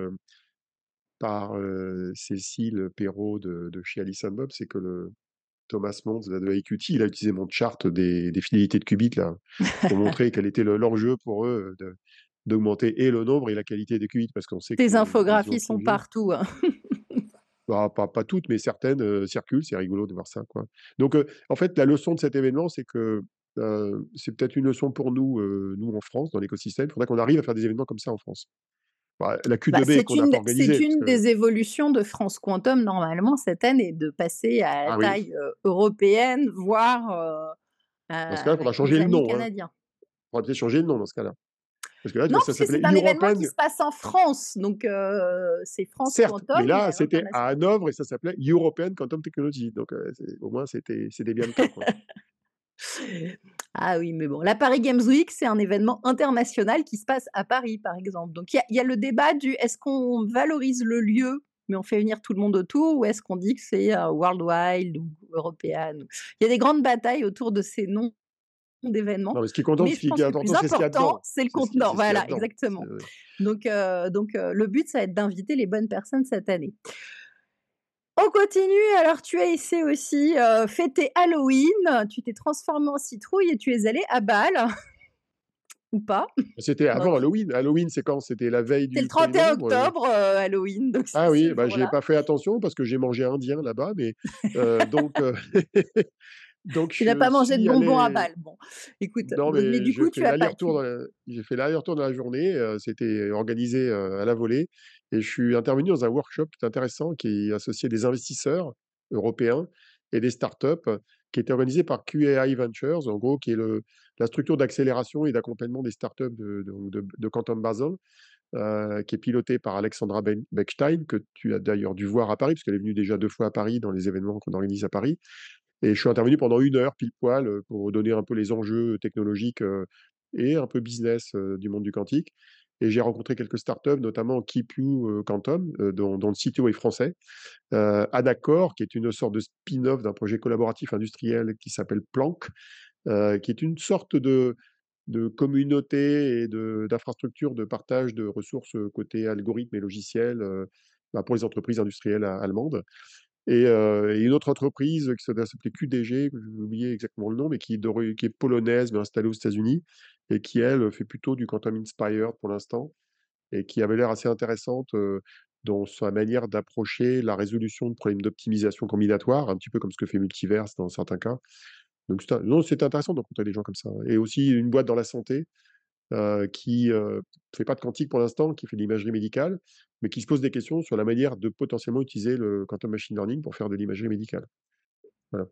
[SPEAKER 2] par Cécile Perrault de chez Alice Bob, c'est que le Thomas Mons là, de IQT, il a utilisé mon chart des fidélités de qubits là, pour montrer quel était l'enjeu pour eux, d'augmenter et le nombre et la qualité des qubits parce qu'on sait
[SPEAKER 1] Tes
[SPEAKER 2] qu'ils ont
[SPEAKER 1] infographies sont
[SPEAKER 2] utilisé.
[SPEAKER 1] partout, hein.
[SPEAKER 2] Bah, pas toutes, mais certaines, circulent, c'est rigolo de voir ça, quoi. Donc, en fait, la leçon de cet événement, c'est que, c'est peut-être une leçon pour nous, nous en France, dans l'écosystème. Il faudrait qu'on arrive à faire des événements comme ça en France. Bah, la
[SPEAKER 1] Bah,
[SPEAKER 2] Q2B qu'on n'a pas
[SPEAKER 1] c'est
[SPEAKER 2] organisée parce
[SPEAKER 1] une
[SPEAKER 2] que
[SPEAKER 1] des évolutions de France Quantum normalement cette année, de passer à la
[SPEAKER 2] ah oui,
[SPEAKER 1] taille, européenne, voire,
[SPEAKER 2] dans ce cas-là, il faudra
[SPEAKER 1] avec nos
[SPEAKER 2] changer le
[SPEAKER 1] amis
[SPEAKER 2] nom, hein.
[SPEAKER 1] canadiens.
[SPEAKER 2] Il faudra peut-être changer le nom dans ce cas-là. Parce que là, tu
[SPEAKER 1] Non,
[SPEAKER 2] vois, ça
[SPEAKER 1] puisque
[SPEAKER 2] s'appelait
[SPEAKER 1] c'est un événement
[SPEAKER 2] European,
[SPEAKER 1] qui se passe en France, donc c'est France
[SPEAKER 2] certes, mais
[SPEAKER 1] Quantum,
[SPEAKER 2] là,
[SPEAKER 1] mais
[SPEAKER 2] c'était à
[SPEAKER 1] international.
[SPEAKER 2] Hanovre et ça s'appelait European Quantum Technology. Donc, au moins, c'était bien le cas, quoi.
[SPEAKER 1] Ah oui, mais bon, la Paris Games Week, c'est un événement international qui se passe à Paris, par exemple. Donc il y a le débat du est-ce qu'on valorise le lieu, mais on fait venir tout le monde autour, ou est-ce qu'on dit que c'est worldwide ou européen? Il y a des grandes batailles autour de ces noms d'événements,
[SPEAKER 2] Non, mais ce qui est content,
[SPEAKER 1] mais
[SPEAKER 2] ce
[SPEAKER 1] je
[SPEAKER 2] qui est
[SPEAKER 1] pense que le
[SPEAKER 2] important,
[SPEAKER 1] plus
[SPEAKER 2] c'est ce qu'il y a
[SPEAKER 1] important,
[SPEAKER 2] dedans.
[SPEAKER 1] c'est le contenant.
[SPEAKER 2] C'est ce qu'il y a
[SPEAKER 1] Voilà,
[SPEAKER 2] dedans.
[SPEAKER 1] exactement. Donc le but, ça va être d'inviter les bonnes personnes cette année. On continue, alors tu as essayé aussi, fêter Halloween, tu t'es transformé en citrouille et tu es allé à Bâle, ou pas?
[SPEAKER 2] C'était
[SPEAKER 1] Non,
[SPEAKER 2] avant Halloween. Halloween, c'est quand? C'était la veille
[SPEAKER 1] c'est
[SPEAKER 2] du
[SPEAKER 1] le
[SPEAKER 2] 1er
[SPEAKER 1] 31
[SPEAKER 2] novembre,
[SPEAKER 1] octobre, Halloween, donc c'est
[SPEAKER 2] Ah
[SPEAKER 1] ce
[SPEAKER 2] oui, bah, j'ai
[SPEAKER 1] jour-là.
[SPEAKER 2] pas fait attention parce que j'ai mangé indien là-bas, mais donc donc
[SPEAKER 1] Tu n'as
[SPEAKER 2] je
[SPEAKER 1] pas mangé de
[SPEAKER 2] suis
[SPEAKER 1] bonbons à
[SPEAKER 2] allé
[SPEAKER 1] Bâle. Bon, écoute,
[SPEAKER 2] non,
[SPEAKER 1] donc mais
[SPEAKER 2] mais
[SPEAKER 1] du
[SPEAKER 2] je
[SPEAKER 1] coup,
[SPEAKER 2] fais
[SPEAKER 1] tu as pas
[SPEAKER 2] l'aller-retour
[SPEAKER 1] tu
[SPEAKER 2] dans la j'ai fait l'aller-retour dans la journée, c'était organisé, à la volée et je suis intervenu dans un workshop qui est intéressant, qui associait des investisseurs européens et des startups, qui était organisé par QAI Ventures, en gros, qui est le la structure d'accélération et d'accompagnement des startups de Canton Basel, qui est pilotée par Alexandra Bechstein, que tu as d'ailleurs dû voir à Paris, parce qu'elle est venue déjà 2 fois à Paris dans les événements qu'on organise à Paris. Et je suis intervenu pendant 1 heure pile poil, pour donner un peu les enjeux technologiques, et un peu business, du monde du quantique. Et j'ai rencontré quelques startups, notamment Keep You, Quantum, dont le CTO est français. Anacor, qui est une sorte de spin-off d'un projet collaboratif industriel qui s'appelle Planck, qui est une sorte de communauté et d'infrastructure de partage de ressources, côté algorithmes et logiciels, bah, pour les entreprises industrielles allemandes. Et une autre entreprise qui s'appelait QDG, que j'ai oublié exactement le nom, mais qui est polonaise, mais installée aux États-Unis et qui, elle, fait plutôt du Quantum Inspired pour l'instant et qui avait l'air assez intéressante, dans sa manière d'approcher la résolution de problèmes d'optimisation combinatoire, un petit peu comme ce que fait Multiverse dans certains cas. Donc c'était intéressant de rencontrer des gens comme ça et aussi une boîte dans la santé, qui, fait pas de quantique pour l'instant, qui fait de l'imagerie médicale, mais qui se pose des questions sur la manière de potentiellement utiliser le quantum machine learning pour faire de l'imagerie médicale. Voilà.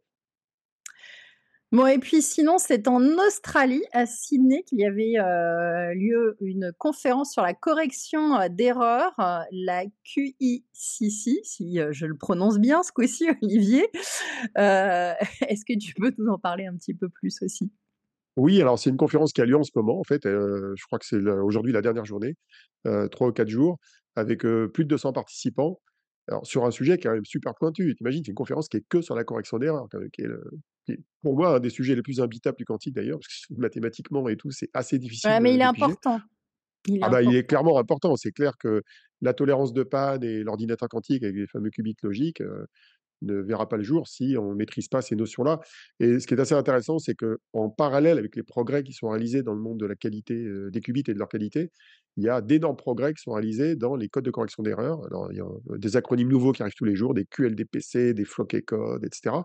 [SPEAKER 1] bon et puis sinon, c'est en Australie, à Sydney, qu'il y avait, lieu une conférence sur la correction, d'erreurs, la QICC, si, je le prononce bien ce coup-ci, Olivier. Est-ce que tu peux nous en parler un petit peu plus aussi?
[SPEAKER 2] Oui, alors c'est une conférence qui a lieu en ce moment, en fait, je crois que c'est aujourd'hui la dernière journée, 3 ou 4 jours, avec, plus de 200 participants. Alors sur un sujet qui est quand même super pointu. Tu imagines, c'est une conférence qui est que sur la correction d'erreurs, quand même, qui est pour moi un des sujets les plus imbitables du quantique d'ailleurs, parce que mathématiquement et tout, c'est assez difficile
[SPEAKER 1] Ouais, mais il est
[SPEAKER 2] de piger.
[SPEAKER 1] important, il est
[SPEAKER 2] Ah bah, il est
[SPEAKER 1] important.
[SPEAKER 2] clairement important. C'est clair que la tolérance de panne et l'ordinateur quantique avec les fameux qubits logiques, ne verra pas le jour si on ne maîtrise pas ces notions-là. Et ce qui est assez intéressant, c'est qu'en parallèle avec les progrès qui sont réalisés dans le monde de la qualité, des qubits et de leur qualité, il y a d'énormes progrès qui sont réalisés dans les codes de correction d'erreurs. Alors, il y a des acronymes nouveaux qui arrivent tous les jours, des QLDPC, des floquet codes, etc.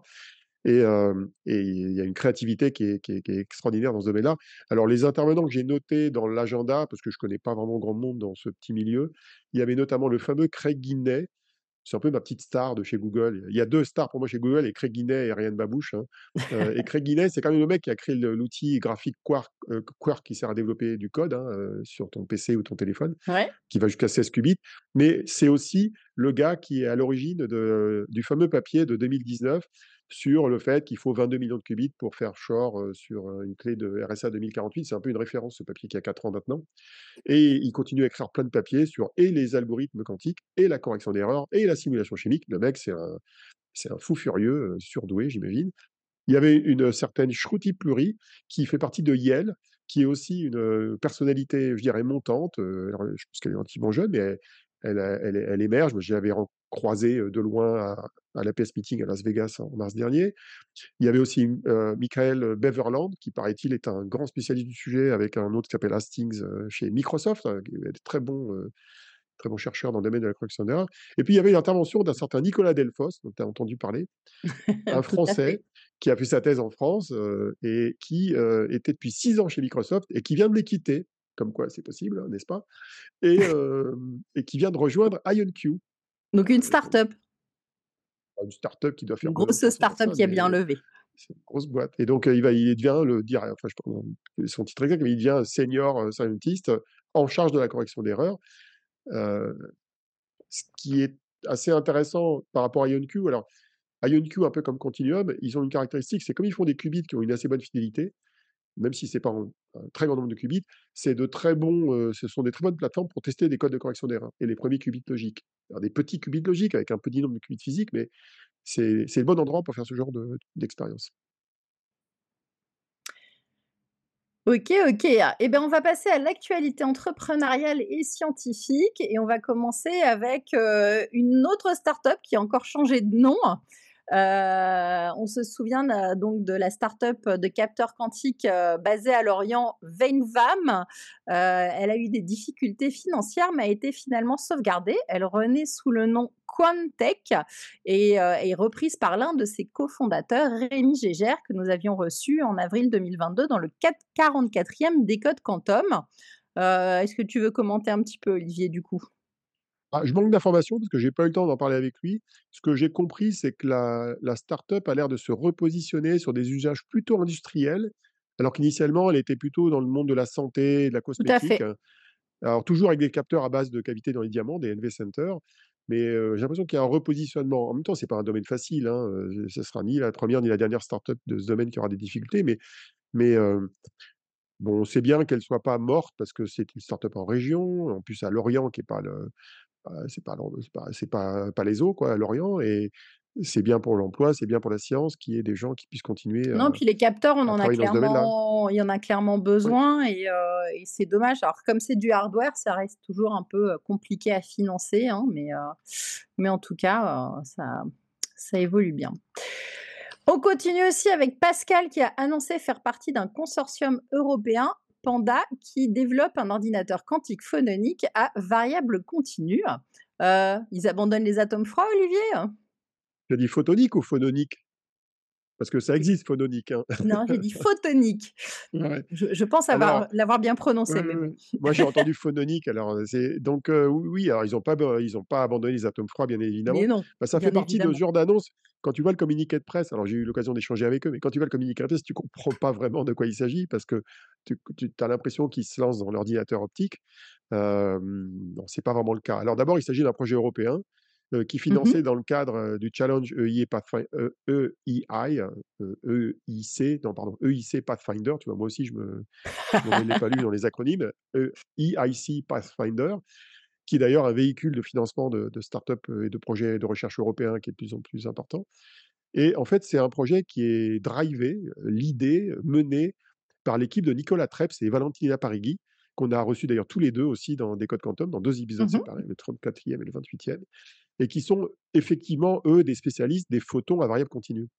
[SPEAKER 2] Et il y a une créativité qui est extraordinaire dans ce domaine-là. Alors les intervenants que j'ai notés dans l'agenda, parce que je connais pas vraiment grand monde dans ce petit milieu, il y avait notamment le fameux Craig Guinney. C'est un peu ma petite star de chez Google. Il y a 2 stars pour moi chez Google, et Craig Guinney et Ryan Babouche, hein. Et Craig Guinney, c'est quand même le mec qui a créé l'outil graphique Quark qui sert à développer du code, hein, sur ton PC ou ton téléphone,
[SPEAKER 1] Ouais.
[SPEAKER 2] qui va jusqu'à 16 qubits. Mais c'est aussi le gars qui est à l'origine du fameux papier de 2019 sur le fait qu'il faut 22 millions de qubits pour faire Shor, sur, une clé de RSA 2048. C'est un peu une référence, ce papier qui a 4 ans maintenant. Et il continue à écrire plein de papiers sur et les algorithmes quantiques et la correction d'erreurs et la simulation chimique. Le mec, c'est un fou furieux, surdoué, j'imagine. Il y avait une certaine Shruti Puri qui fait partie de Yale, qui est aussi une, personnalité, je dirais, montante. Alors, je pense qu'elle est relativement jeune, mais elle émerge. Moi, je l'avais croisée, de loin à l'APS Meeting à Las Vegas en mars dernier. Il y avait aussi, Michael Beverland, qui paraît-il est un grand spécialiste du sujet, avec un autre qui s'appelle Hastings, chez Microsoft, qui est très bon chercheur dans le domaine de la correction d'erreurs. Et puis il y avait l'intervention d'un certain Nicolas Delfos, dont tu as entendu parler, un
[SPEAKER 1] Tout à
[SPEAKER 2] Français
[SPEAKER 1] fait.
[SPEAKER 2] qui a fait sa thèse en France, et qui, était depuis 6 ans chez Microsoft et qui vient de les quitter, comme quoi c'est possible, hein, n'est-ce pas? Et qui vient de rejoindre IonQ,
[SPEAKER 1] Donc une
[SPEAKER 2] donc
[SPEAKER 1] start-up,
[SPEAKER 2] une start-up qui doit
[SPEAKER 1] une
[SPEAKER 2] faire quoi?
[SPEAKER 1] grosse
[SPEAKER 2] 300
[SPEAKER 1] start-up
[SPEAKER 2] personnes,
[SPEAKER 1] qui a bien
[SPEAKER 2] mais
[SPEAKER 1] levé.
[SPEAKER 2] c'est une grosse boîte. Et donc, il devient le dire, enfin, je sais pas son titre exact, mais il devient senior, scientist, en charge de la correction d'erreurs. Heu, Ce qui est assez intéressant par rapport à IonQ. Alors, IonQ, un peu comme Continuum, ils ont une caractéristique, c'est comme ils font des qubits qui ont une assez bonne fidélité, même si c'est pas un très grand nombre de qubits, c'est de très bons, ce sont des très bonnes plateformes pour tester des codes de correction d'erreurs et les premiers qubits logiques. Alors des petits qubits logiques avec un petit nombre de qubits physiques, mais c'est le bon endroit pour faire ce genre d'expérience.
[SPEAKER 1] OK, OK. Et ben, on va passer à l'actualité entrepreneuriale et scientifique et on va commencer avec, une autre start-up qui a encore changé de nom. On se souvient donc de la start-up de capteurs quantiques, basée à Lorient, Vainvam. Elle a eu des difficultés financières, mais a été finalement sauvegardée. Elle renaît sous le nom Quantech et est reprise par l'un de ses cofondateurs, Rémi Gégère, que nous avions reçu en avril 2022 dans le 44e Décode Quantum. Est-ce que tu veux commenter un petit peu, Olivier, du coup?
[SPEAKER 2] Ah, je manque d'informations parce que j'ai pas eu le temps d'en parler avec lui. Ce que j'ai compris, c'est que la start-up a l'air de se repositionner sur des usages plutôt industriels, alors qu'initialement, elle était plutôt dans le monde de la santé et de la
[SPEAKER 1] Tout à
[SPEAKER 2] cosmétique.
[SPEAKER 1] fait.
[SPEAKER 2] Alors toujours avec des capteurs à base de cavités dans les diamants, des NV Center, mais j'ai l'impression qu'il y a un repositionnement. En même temps, c'est pas un domaine facile, hein, ce sera ni la première ni la dernière start-up de ce domaine qui aura des difficultés, mais bon, c'est bien qu'elle soit pas morte parce que c'est une start-up en région, en plus à Lorient qui est pas le c'est pas les eaux quoi, à Lorient, et c'est bien pour l'emploi, c'est bien pour la science qu'il y ait des gens qui puissent continuer
[SPEAKER 1] Non, puis les capteurs,
[SPEAKER 2] à travailler dans ce domaine-là.
[SPEAKER 1] il y en a clairement
[SPEAKER 2] Oui.
[SPEAKER 1] besoin et c'est dommage. Alors comme c'est du hardware, ça reste toujours un peu, compliqué à financer, hein, mais en tout cas, ça évolue bien. On continue aussi avec Pascal qui a annoncé faire partie d'un consortium européen, Panda, qui développe un ordinateur quantique phononique à variable continue. Ils abandonnent les atomes froids, Olivier?
[SPEAKER 2] Tu as dit photonique ou phononique? Parce que ça existe phononique, hein.
[SPEAKER 1] Non, j'ai dit photonique.
[SPEAKER 2] Ouais.
[SPEAKER 1] Je pense
[SPEAKER 2] Alors
[SPEAKER 1] l'avoir bien prononcé,
[SPEAKER 2] ouais,
[SPEAKER 1] mais
[SPEAKER 2] ouais,
[SPEAKER 1] bon.
[SPEAKER 2] ouais. Moi, j'ai entendu phononique, alors, c'est donc oui, oui, alors ils ont pas abandonné les atomes froids, bien
[SPEAKER 1] Mais
[SPEAKER 2] évidemment.
[SPEAKER 1] non,
[SPEAKER 2] Bah, ça fait
[SPEAKER 1] bien
[SPEAKER 2] partie de ce
[SPEAKER 1] évidemment.
[SPEAKER 2] genre d'annonce. Quand tu vois le communiqué de presse, alors j'ai eu l'occasion d'échanger avec eux, mais quand tu vois le communiqué de presse, tu comprends pas vraiment de quoi il s'agit parce que tu as l'impression qu'ils se lancent dans l'ordinateur optique. Non, c'est pas vraiment le cas. Alors d'abord, il s'agit d'un projet européen, qui est
[SPEAKER 1] Mmh
[SPEAKER 2] financé
[SPEAKER 1] mh.
[SPEAKER 2] dans le cadre, du challenge EIC, non pardon, EIC Pathfinder, tu vois? Moi aussi je me mêle les paluches dans les acronymes, EIC Pathfinder, qui est d'ailleurs un véhicule de financement de start-up, et de projets de recherche européens qui est de plus en plus important. Et en fait, c'est un projet qui est drivé, leadé, mené par l'équipe de Nicolas Treps et Valentina Parighi, qu'on a reçus d'ailleurs tous les 2 aussi dans Décode Quantum, dans 2 épisodes
[SPEAKER 1] Mmh.
[SPEAKER 2] séparés, le 34e et le 28e, et qui sont effectivement, eux, des spécialistes des photons à variable continue.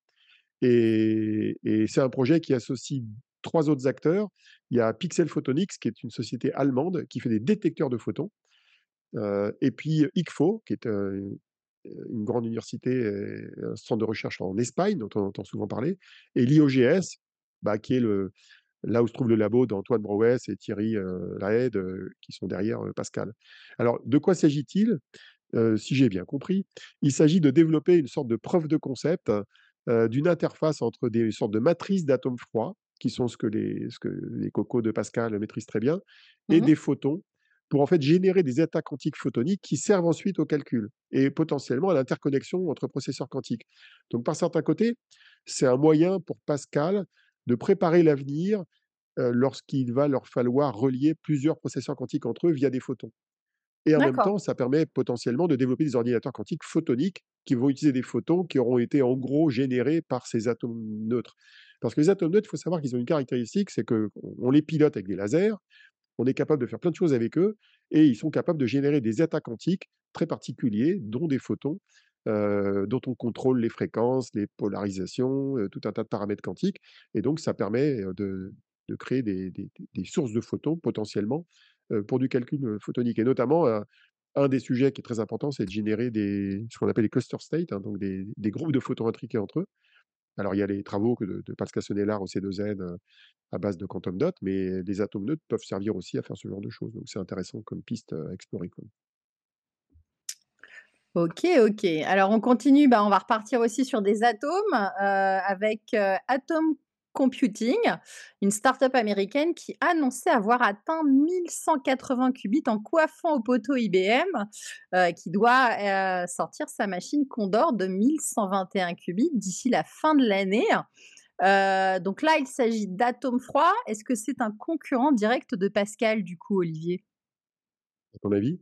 [SPEAKER 2] Et c'est un projet qui associe 3 autres acteurs. Il y a Pixel Photonics, qui est une société allemande qui fait des détecteurs de photons, et puis ICFO, qui est, une grande université et un centre de recherche en Espagne, dont on entend souvent parler, et l'IOGS, bah, qui est là où se trouve le labo d'Antoine Brouès et Thierry, Lahaide, qui sont derrière, Pascal. Alors, de quoi s'agit-il? Si j'ai bien compris, il s'agit de développer une sorte de preuve de concept, d'une interface entre des sortes de matrices d'atomes froids, qui sont ce que les cocos de Pascal maîtrisent très bien, et
[SPEAKER 1] Mmh.
[SPEAKER 2] des photons, pour en fait générer des états quantiques photoniques qui servent ensuite au calcul et potentiellement à l'interconnexion entre processeurs quantiques. Donc par certains côtés, c'est un moyen pour Pascal de préparer l'avenir, lorsqu'il va leur falloir relier plusieurs processeurs quantiques entre eux via des photons. Et en même
[SPEAKER 1] D'accord.
[SPEAKER 2] temps, ça permet potentiellement de développer des ordinateurs quantiques photoniques qui vont utiliser des photons qui auront été en gros générés par ces atomes neutres. Parce que les atomes neutres, il faut savoir qu'ils ont une caractéristique, c'est qu'on les pilote avec des lasers, on est capable de faire plein de choses avec eux, et ils sont capables de générer des états quantiques très particuliers, dont des photons, dont on contrôle les fréquences, les polarisations, tout un tas de paramètres quantiques. Et donc, ça permet de créer des sources de photons potentiellement pour du calcul photonique. Et notamment, un des sujets qui est très important, c'est de générer ce qu'on appelle les cluster states, hein, donc des groupes de photons intriqués entre eux. Alors, il y a les travaux de Pascal Sonnellard au C2N, à base de quantum dot, mais les atomes neutres peuvent servir aussi à faire ce genre de choses. Donc, c'est intéressant comme piste à explorer, quoi.
[SPEAKER 1] OK, OK. Alors on continue, bah, on va repartir aussi sur des atomes, avec, Atom Computing, une start-up américaine qui annonçait avoir atteint 1 180 qubits en coiffant au poteau IBM, qui doit, sortir sa machine Condor de 1 121 qubits d'ici la fin de l'année. Donc là, il s'agit d'atomes froids. Est-ce que c'est un concurrent direct de Pascal, du coup, Olivier?
[SPEAKER 2] À ton avis?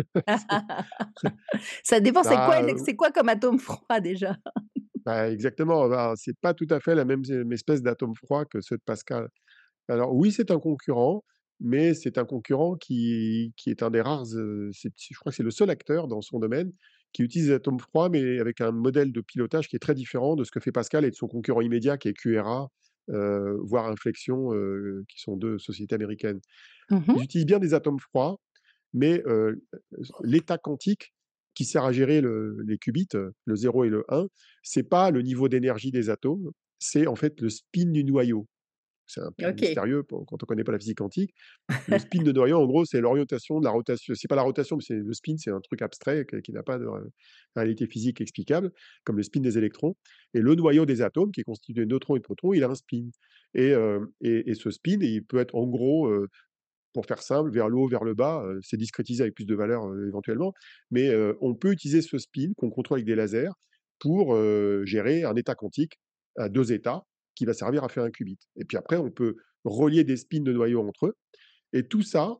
[SPEAKER 1] Ça dépend,
[SPEAKER 2] Bah,
[SPEAKER 1] c'est quoi comme atome froid déjà?
[SPEAKER 2] bah, exactement, bah, c'est pas tout à fait la même espèce d'atome froid que ceux de Pascal. Alors oui, c'est un concurrent, mais c'est un concurrent qui est un des rares, je crois que c'est le seul acteur dans son domaine qui utilise des atomes froids, mais avec un modèle de pilotage qui est très différent de ce que fait Pascal et de son concurrent immédiat qui est QRA, voire Inflexion, qui sont 2 sociétés américaines.
[SPEAKER 1] Mmh.
[SPEAKER 2] Ils utilisent bien des atomes froids, mais l'état quantique qui sert à gérer les qubits, le 0 et le 1, c'est pas le niveau d'énergie des atomes, c'est en fait le spin du noyau. C'est un peu
[SPEAKER 1] OK.
[SPEAKER 2] mystérieux quand on connaît pas la physique quantique. Le spin de noyau, en gros, c'est l'orientation de la rotation. C'est pas la rotation, mais c'est le spin, c'est un truc abstrait qui n'a pas de réalité physique explicable, comme le spin des électrons. Et le noyau des atomes, qui est constitué de neutrons et de protons, il a un spin. Et ce spin, il peut être en gros, pour faire simple, vers le haut, vers le bas, c'est discrétisé avec plus de valeur éventuellement, mais on peut utiliser ce spin qu'on contrôle avec des lasers pour gérer un état quantique à 2 états qui va servir à faire un qubit. Et puis après, on peut relier des spins de noyaux entre eux et tout ça,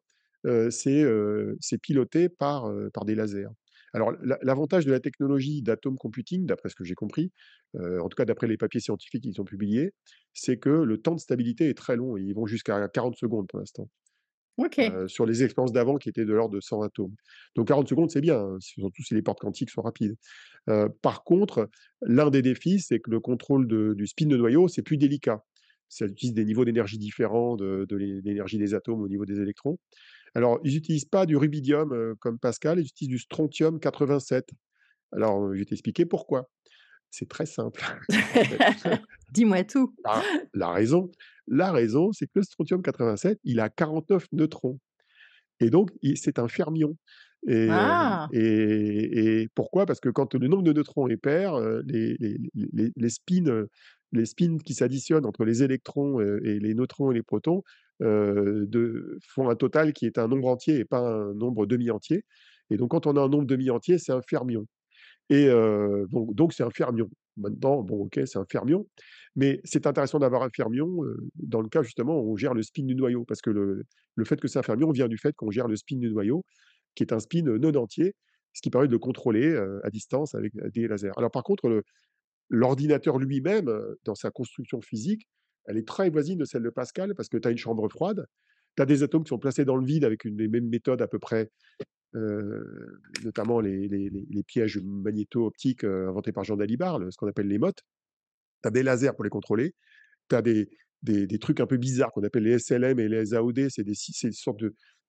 [SPEAKER 2] c'est piloté par des lasers. Alors l'avantage de la technologie d'atome computing, d'après ce que j'ai compris, en tout cas d'après les papiers scientifiques qu'ils ont publiés, c'est que le temps de stabilité est très long. Ils vont jusqu'à 40 secondes pour l'instant.
[SPEAKER 1] OK.
[SPEAKER 2] Sur les expériences d'avant qui étaient de l'ordre de 100 atomes. Donc 40 secondes, c'est bien, hein, surtout si les portes quantiques sont rapides. Par contre, l'un des défis, c'est que le contrôle du spin de noyau, c'est plus délicat. Ça utilise des niveaux d'énergie différents de l'énergie des atomes au niveau des électrons. Alors, ils n'utilisent pas du rubidium, comme Pascal, ils utilisent du strontium 87. Alors, je vais t'expliquer pourquoi. C'est très simple, en fait.
[SPEAKER 1] Dis-moi tout.
[SPEAKER 2] La raison la raison, c'est que le strontium 87, il a 49 neutrons. Et donc c'est un fermion
[SPEAKER 1] Ah!
[SPEAKER 2] et pourquoi? Parce que quand le nombre de neutrons est pair, les spins qui s'additionnent entre les électrons, et les neutrons et les protons, font un total qui est un nombre entier et pas un nombre demi-entier. Et donc quand on a un nombre demi-entier, c'est un fermion. Et donc c'est un fermion. Maintenant, bon, OK, c'est un fermion, mais c'est intéressant d'avoir un fermion, dans le cas justement où on gère le spin du noyau, parce que le fait que c'est un fermion vient du fait qu'on gère le spin du noyau, qui est un spin, non entier, ce qui permet de le contrôler, à distance avec des lasers. Alors par contre, l'ordinateur lui-même, dans sa construction physique, elle est très voisine de celle de Pascal, parce que tu as une chambre froide, tu as des atomes qui sont placés dans le vide avec une des mêmes méthodes à peu près, notamment les pièges magnéto-optiques, inventés par Jean Dalibard, ce qu'on appelle les MOT. Tu as des lasers pour les contrôler, tu as des trucs un peu bizarres qu'on appelle les SLM et les AOD, c'est une sorte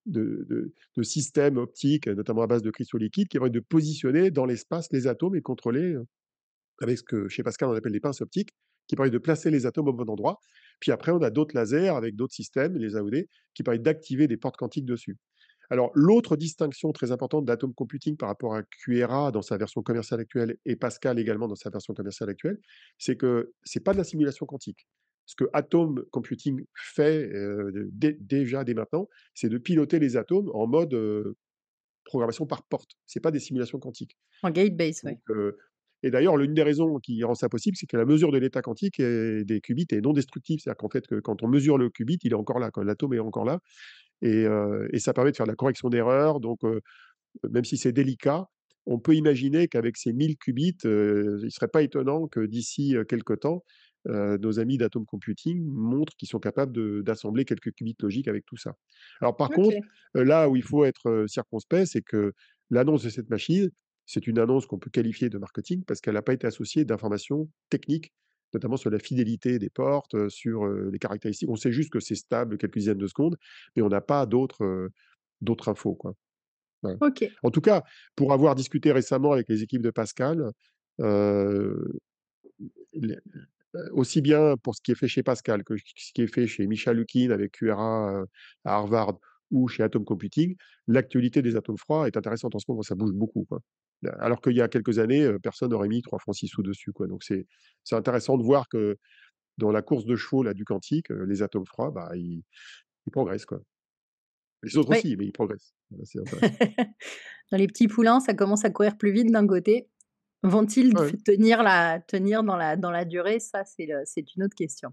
[SPEAKER 2] de systèmes optiques, notamment à base de cristaux liquides, qui permettent de positionner dans l'espace les atomes et de contrôler, avec ce que chez Pascal on appelle les pinces optiques, qui permettent de placer les atomes au bon endroit. Puis après, on a d'autres lasers avec d'autres systèmes, les AOD, qui permettent d'activer des portes quantiques dessus. Alors, l'autre distinction très importante d'Atom Computing par rapport à QRA dans sa version commerciale actuelle et Pascal également dans sa version commerciale actuelle, c'est que c'est pas de la simulation quantique. Ce que Atom Computing fait déjà dès maintenant, c'est de piloter les atomes en mode programmation par porte. C'est pas des simulations quantiques.
[SPEAKER 1] En gate base,
[SPEAKER 2] Donc,
[SPEAKER 1] ouais.
[SPEAKER 2] et d'ailleurs, l'une des raisons qui rend ça possible, c'est que la mesure de l'état quantique des qubits est non destructive. C'est-à-dire qu'en fait, quand on mesure le qubit, il est encore là, l'atome est encore là, et ça permet de faire de la correction d'erreurs. Donc, même si c'est délicat, on peut imaginer qu'avec ces 1000 qubits, il ne serait pas étonnant que d'ici quelque temps, nos amis d'Atom Computing montrent qu'ils sont capables d'assembler quelques qubits logiques avec tout ça. Alors par contre,
[SPEAKER 1] OK.
[SPEAKER 2] là où il faut être circonspect, c'est que l'annonce de cette machine, c'est une annonce qu'on peut qualifier de marketing parce qu'elle n'a pas été associée d'informations techniques, notamment sur la fidélité des portes, sur les caractéristiques. On sait juste que c'est stable quelques dizaines de secondes, mais on n'a pas d'autres infos, quoi. Ouais.
[SPEAKER 1] OK.
[SPEAKER 2] En tout cas, pour avoir discuté récemment avec les équipes de Pascal, heu, les aussi bien pour ce qui est fait chez Pascal que ce qui est fait chez Micha Lukin avec QRA, à Harvard ou chez Atom Computing, l'actualité des atomes froids est intéressante en ce moment, ça bouge beaucoup, quoi. Alors qu'il y a quelques années, personne n'aurait mis 3 francs 6 sous dessus, quoi. Donc c'est intéressant de voir que dans la course de chevaux là du quantique, les atomes froids, bah, ils progressent quoi. Les autres
[SPEAKER 1] Oui.
[SPEAKER 2] aussi, mais ils progressent. Voilà, c'est intéressant.
[SPEAKER 1] Dans les petits poulains, ça commence à courir plus vite d'un côté. Vont-ils
[SPEAKER 2] Ouais,
[SPEAKER 1] f
[SPEAKER 2] ouais.
[SPEAKER 1] tenir dans la durée? Ça, c'est une autre question.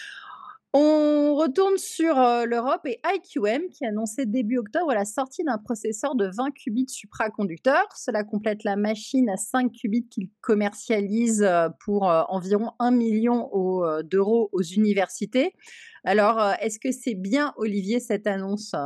[SPEAKER 1] On retourne sur, l'Europe et IQM qui annonçait début octobre la sortie d'un processeur de 20 qubits supraconducteur. Cela complète la machine à 5 qubits qu'il commercialise, pour, environ 1 000 000 d'euros aux universités. Alors, est-ce que c'est bien, Olivier, cette annonce?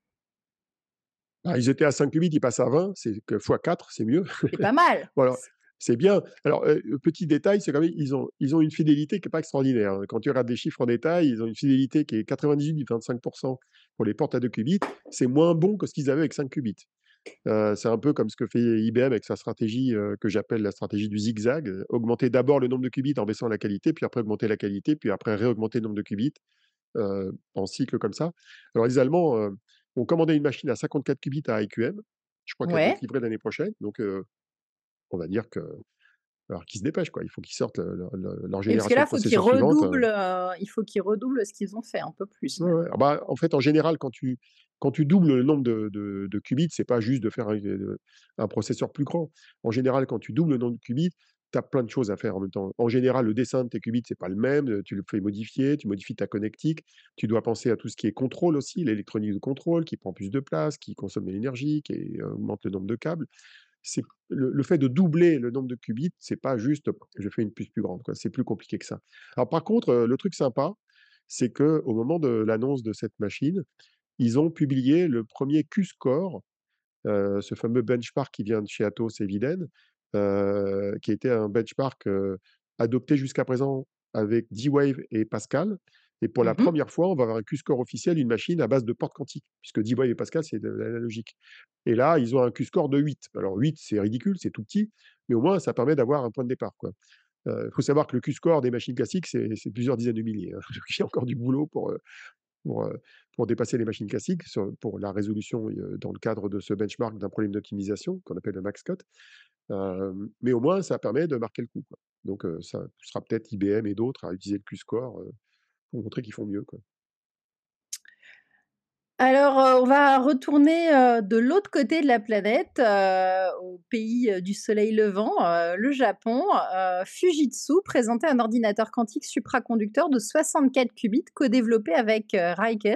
[SPEAKER 2] Ah, ils étaient à 5 qubits, ils passent à 20, c'est que fois 4, c'est mieux.
[SPEAKER 1] C'est pas mal.
[SPEAKER 2] Voilà, c'est bien. Alors, petit détail, c'est quand même ils ont une fidélité qui est pas extraordinaire, hein. Quand tu regardes les chiffres en détail, ils ont une fidélité qui est 98,25 pour les portes à 2 qubits. C'est moins bon que ce qu'ils avaient avec 5 qubits. C'est un peu comme ce que fait IBM avec sa stratégie, que j'appelle la stratégie du zigzag, augmenter d'abord le nombre de qubits en baissant la qualité, puis après augmenter la qualité, puis après réaugmenter le nombre de qubits, en cycle comme ça. Alors les Allemands, ont commandé une machine à 54 qubits à IQM. Je crois qu'elle doit être
[SPEAKER 1] Ouais.
[SPEAKER 2] livrée l'année prochaine, donc on va dire que alors qu'ils se dépêchent, quoi. Il faut qu'ils sortent leur
[SPEAKER 1] Oui, parce que
[SPEAKER 2] génération
[SPEAKER 1] là,
[SPEAKER 2] de processeurs suivante.
[SPEAKER 1] il faut qu'ils redoublent ce qu'ils ont fait, un peu plus
[SPEAKER 2] Ouais,
[SPEAKER 1] même.
[SPEAKER 2] ouais. Ah bah, en fait, en général, quand tu doubles le nombre de qubits, c'est pas juste de faire un processeur plus grand. En général, quand tu doubles le nombre de qubits, tu as plein de choses à faire en même temps. En général, le dessin de tes qubits, c'est pas le même, tu le fais modifier, tu modifies ta connectique, tu dois penser à tout ce qui est contrôle aussi, l'électronique de contrôle qui prend plus de place, qui consomme de l'énergie, qui augmente le nombre de câbles. C'est le fait de doubler le nombre de qubits, c'est pas juste: «Je fais une puce plus grande», quoi, c'est plus compliqué que ça. Alors par contre, le truc sympa, c'est qu'au moment de l'annonce de cette machine, ils ont publié le premier Q-score, ce fameux benchmark qui vient de chez Atos et Eviden, qui était un benchmark, adopté jusqu'à présent avec D-Wave et Pascal, et pour la
[SPEAKER 1] Mmh.
[SPEAKER 2] première fois, on va avoir un Q-score officiel, une machine à base de portes quantiques, puisque D-Wave et Pascal, c'est de l'analogique, et là, ils ont un Q-score de 8. Alors 8, c'est ridicule, c'est tout petit, mais au moins ça permet d'avoir un point de départ, quoi. Il faut savoir que le Q-score des machines classiques, c'est plusieurs dizaines de milliers, hein. Donc il y a encore du boulot pour, heu, pour dépasser les machines classiques pour la résolution, dans le cadre de ce benchmark d'un problème d'optimisation qu'on appelle le max cut. Mais au moins ça permet de marquer le coup, quoi. Donc ça poussera peut-être IBM et d'autres à utiliser le Q-score, pour montrer qu'ils font mieux, quoi.
[SPEAKER 1] Alors, on va retourner, de l'autre côté de la planète, au pays, du soleil levant, le Japon. Fujitsu présentait un ordinateur quantique supraconducteur de 64 qubits co-développé avec, Riken.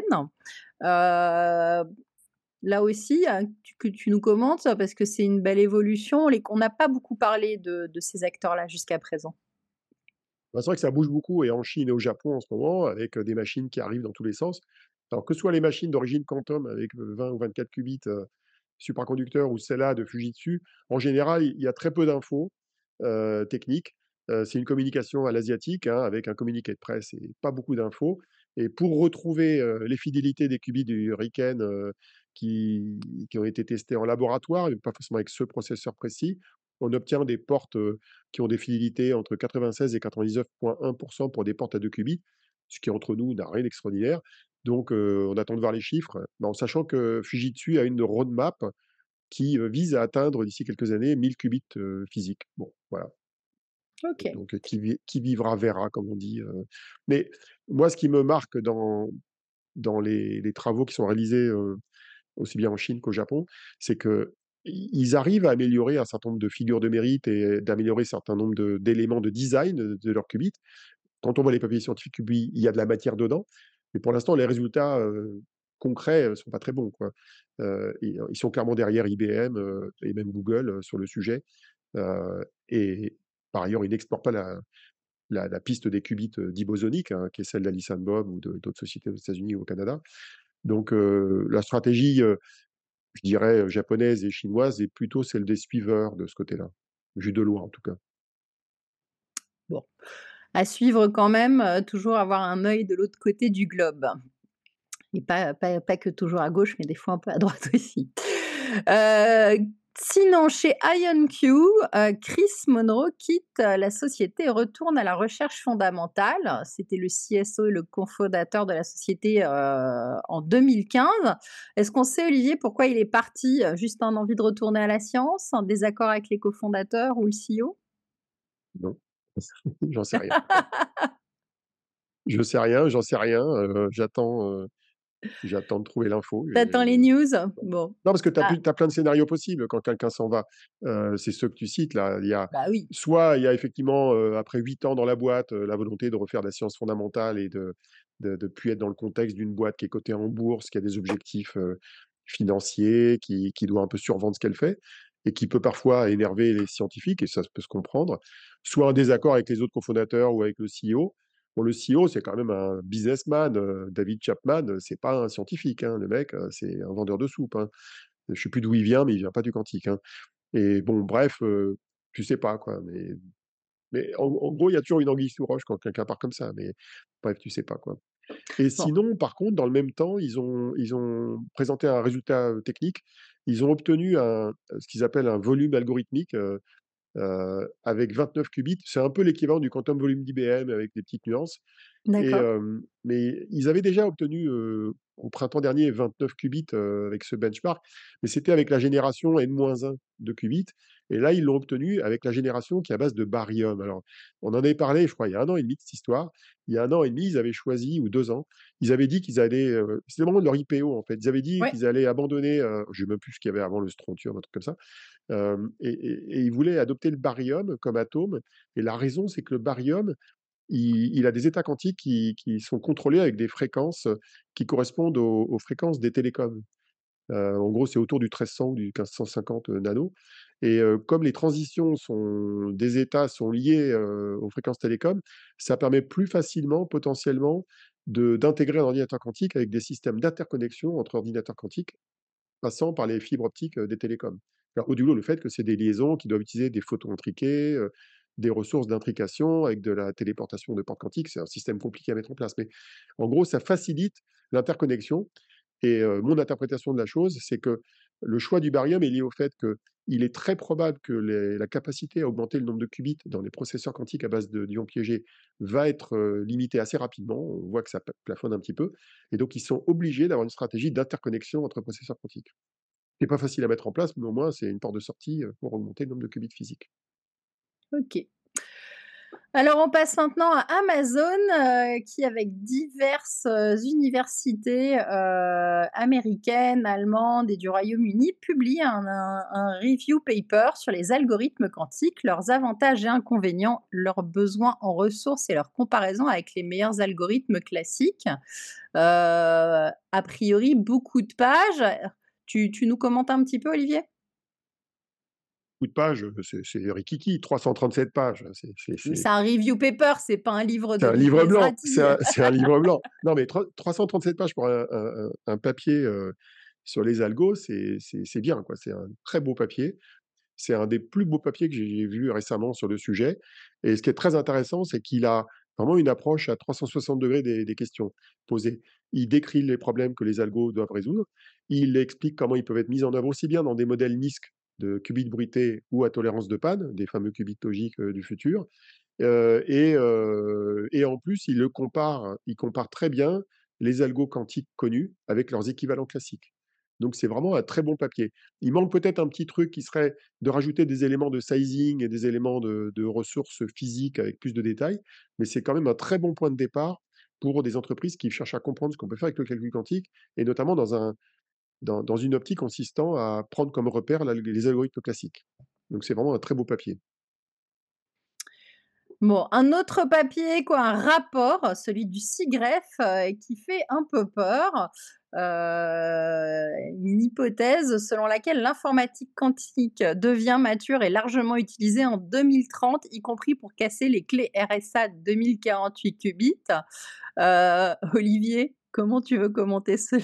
[SPEAKER 1] Heu, Là aussi, que tu nous commentes, parce que c'est une belle évolution. On n'a pas beaucoup parlé de ces acteurs-là jusqu'à présent.
[SPEAKER 2] Bah, c'est vrai que ça bouge beaucoup et en Chine et au Japon en ce moment avec, des machines qui arrivent dans tous les sens. Alors que ce soit les machines d'origine quantum avec, 20 ou 24 qubits, supraconducteurs, ou celles-là de Fujitsu, en général, il y a très peu d'infos, techniques. C'est une communication à l'asiatique, hein, avec un communiqué de presse et pas beaucoup d'infos, et pour retrouver, les fidélités des qubits du Riken, qui ont été testés en laboratoire, et pas forcément avec ce processeur précis, on obtient des portes, qui ont des fidélités entre 96 et 99,1 pour des portes à 2 qubits, ce qui entre nous n'a rien d'extraordinaire. Donc on attend de voir les chiffres, mais en sachant que Fujitsu a une roadmap qui, vise à atteindre d'ici quelques années 1000 qubits, physiques. Bon, voilà.
[SPEAKER 1] OK.
[SPEAKER 2] Donc qui vivra verra, comme on dit. Mais moi, ce qui me marque dans les travaux qui sont réalisés, aussi bien en Chine qu'au Japon, c'est qu'ils arrivent à améliorer un certain nombre de figures de mérite et d'améliorer un certain nombre d'éléments de design, de leurs qubits. Quand on voit les papiers scientifiques, oui, il y a de la matière dedans, mais pour l'instant, les résultats, concrets, sont pas très bons, quoi. Ils sont clairement derrière IBM, et même Google, sur le sujet, et par ailleurs, ils n'explorent pas la piste des qubits, dits bosoniques, hein, qui est celle d'Alice Bob ou d'autres sociétés aux États-Unis ou au Canada. Donc la stratégie, je dirais, japonaise et chinoise est plutôt celle des suiveurs de ce côté-là, vu de loin en tout cas.
[SPEAKER 1] Bon, à suivre quand même, toujours avoir un œil de l'autre côté du globe. Et pas que toujours à gauche, mais des fois un peu à droite aussi. Heu, Sinon chez IonQ, Chris Monroe quitte, la société et retourne à la recherche fondamentale. C'était le CSO et le cofondateur de la société, en 2015. Est-ce qu'on sait, Olivier, pourquoi il est parti? Juste un envie de retourner à la science, un désaccord avec les cofondateurs ou le CEO?
[SPEAKER 2] Non, j'en sais rien. Je sais rien, j'en sais rien, j'attends de trouver l'info
[SPEAKER 1] T'attends les
[SPEAKER 2] et
[SPEAKER 1] news? Bon.
[SPEAKER 2] non, parce que tu
[SPEAKER 1] Ah,
[SPEAKER 2] as plein de scénarios possibles quand quelqu'un s'en va. C'est ceux que tu cites là.
[SPEAKER 1] bah oui.
[SPEAKER 2] Il y a effectivement, après 8 ans dans la boîte, la volonté de refaire de la science fondamentale et de plus être dans le contexte d'une boîte qui est cotée en bourse, qui a des objectifs, financiers, qui doit un peu survendre ce qu'elle fait et qui peut parfois énerver les scientifiques et ça peut se comprendre. Soit un désaccord avec les autres cofondateurs ou avec le CEO. Bon, le CEO, c'est quand même un businessman, David Chapman, c'est pas un scientifique, hein. Le mec, c'est un vendeur de soupe, hein. Je sais plus d'où il vient, mais il vient pas du quantique, hein. Et bon, bref, tu sais pas quoi, mais en gros, il y a toujours une anguille sous roche quand quelqu'un part comme ça, mais bref, tu sais pas quoi. Et
[SPEAKER 1] Bon,
[SPEAKER 2] sinon, par contre, dans le même temps, ils ont présenté un résultat, technique. Ils ont obtenu ce qu'ils appellent un volume algorithmique, avec 29 qubits. C'est un peu l'équivalent du quantum volume d'IBM avec des petites nuances.
[SPEAKER 1] d'accord.
[SPEAKER 2] Mais ils avaient déjà obtenu, au printemps dernier 29 qubits, avec ce benchmark, mais c'était avec la génération N-1 de qubits et là, ils l'ont obtenu avec la génération qui est à base de barium. Alors, on en avait parlé, je crois, il y a 1 an et demi de cette histoire. Il y a 1 an et demi, ils avaient choisi ou 2 ans, ils avaient dit qu'ils allaient, c'était le moment de leur IPO, en fait. Ils avaient dit
[SPEAKER 1] Ouais.
[SPEAKER 2] qu'ils allaient abandonner, je sais même plus ce qu'il y avait avant le strontium, un truc comme ça, et ils voulaient adopter le barium comme atome et la raison, c'est que le barium, il a des états quantiques qui sont contrôlés avec des fréquences, qui correspondent aux fréquences des télécoms. En gros, c'est autour du 1300 ou du 1550 nano et comme les transitions des états sont liées, aux fréquences télécoms, ça permet plus facilement, potentiellement, d'intégrer un ordinateur quantique avec des systèmes d'interconnexion entre ordinateurs quantiques passant par les fibres optiques, des télécoms. Alors, modulo le fait que c'est des liaisons qui doivent utiliser des photons intriqués, des ressources d'intrication avec de la téléportation de portes quantiques. C'est un système compliqué à mettre en place, mais en gros, ça facilite l'interconnexion et mon interprétation de la chose, c'est que le choix du barium est lié au fait qu'il est très probable que la capacité à augmenter le nombre de qubits dans les processeurs quantiques à base d'ions piégés va être limitée assez rapidement. On voit que ça plafonne un petit peu. Et donc, ils sont obligés d'avoir une stratégie d'interconnexion entre processeurs quantiques. C'est pas facile à mettre en place, mais au moins, c'est une porte de sortie pour augmenter le nombre de qubits physiques.
[SPEAKER 1] OK. Alors, on passe maintenant à Amazon, qui avec diverses, universités, américaines, allemandes et du Royaume-Uni, publie un review paper sur les algorithmes quantiques, leurs avantages et inconvénients, leurs besoins en ressources et leur comparaison avec les meilleurs algorithmes classiques. A priori, beaucoup de pages. Tu nous commentes un petit peu, Olivier?
[SPEAKER 2] Beaucoup de pages, c'est rikiki, 337 pages,
[SPEAKER 1] Mais c'est un review paper, c'est pas un livre
[SPEAKER 2] c'est
[SPEAKER 1] de
[SPEAKER 2] un livre blanc,
[SPEAKER 1] Maserati.
[SPEAKER 2] c'est un livre blanc. Non, mais 337 pages pour un papier, sur les algos, c'est bien, quoi. C'est un très beau papier. C'est un des plus beaux papiers que j'ai vu récemment sur le sujet et ce qui est très intéressant, c'est qu'il a vraiment une approche à 360° des questions posées. Il décrit les problèmes que les algos doivent résoudre. Il explique comment ils peuvent être mis en œuvre aussi bien dans des modèles NISQ de qubits bruités ou à tolérance de panne, des fameux qubits logiques, du futur, et en plus, il compare très bien les algos quantiques connus avec leurs équivalents classiques. Donc c'est vraiment un très bon papier. Il manque peut-être un petit truc qui serait de rajouter des éléments de sizing et des éléments de ressources physiques avec plus de détails, mais c'est quand même un très bon point de départ pour des entreprises qui cherchent à comprendre ce qu'on peut faire avec le calcul quantique et notamment dans une optique consistant à prendre comme repère les algorithmes classiques. Donc c'est vraiment un très beau papier.
[SPEAKER 1] Bon, un autre papier, quoi, un rapport, celui du CIGREF, qui fait un peu peur. Une hypothèse selon laquelle l'informatique quantique devient mature et largement utilisée en 2030, y compris pour casser les clés RSA 2048 qubits. Olivier, comment tu veux commenter cela?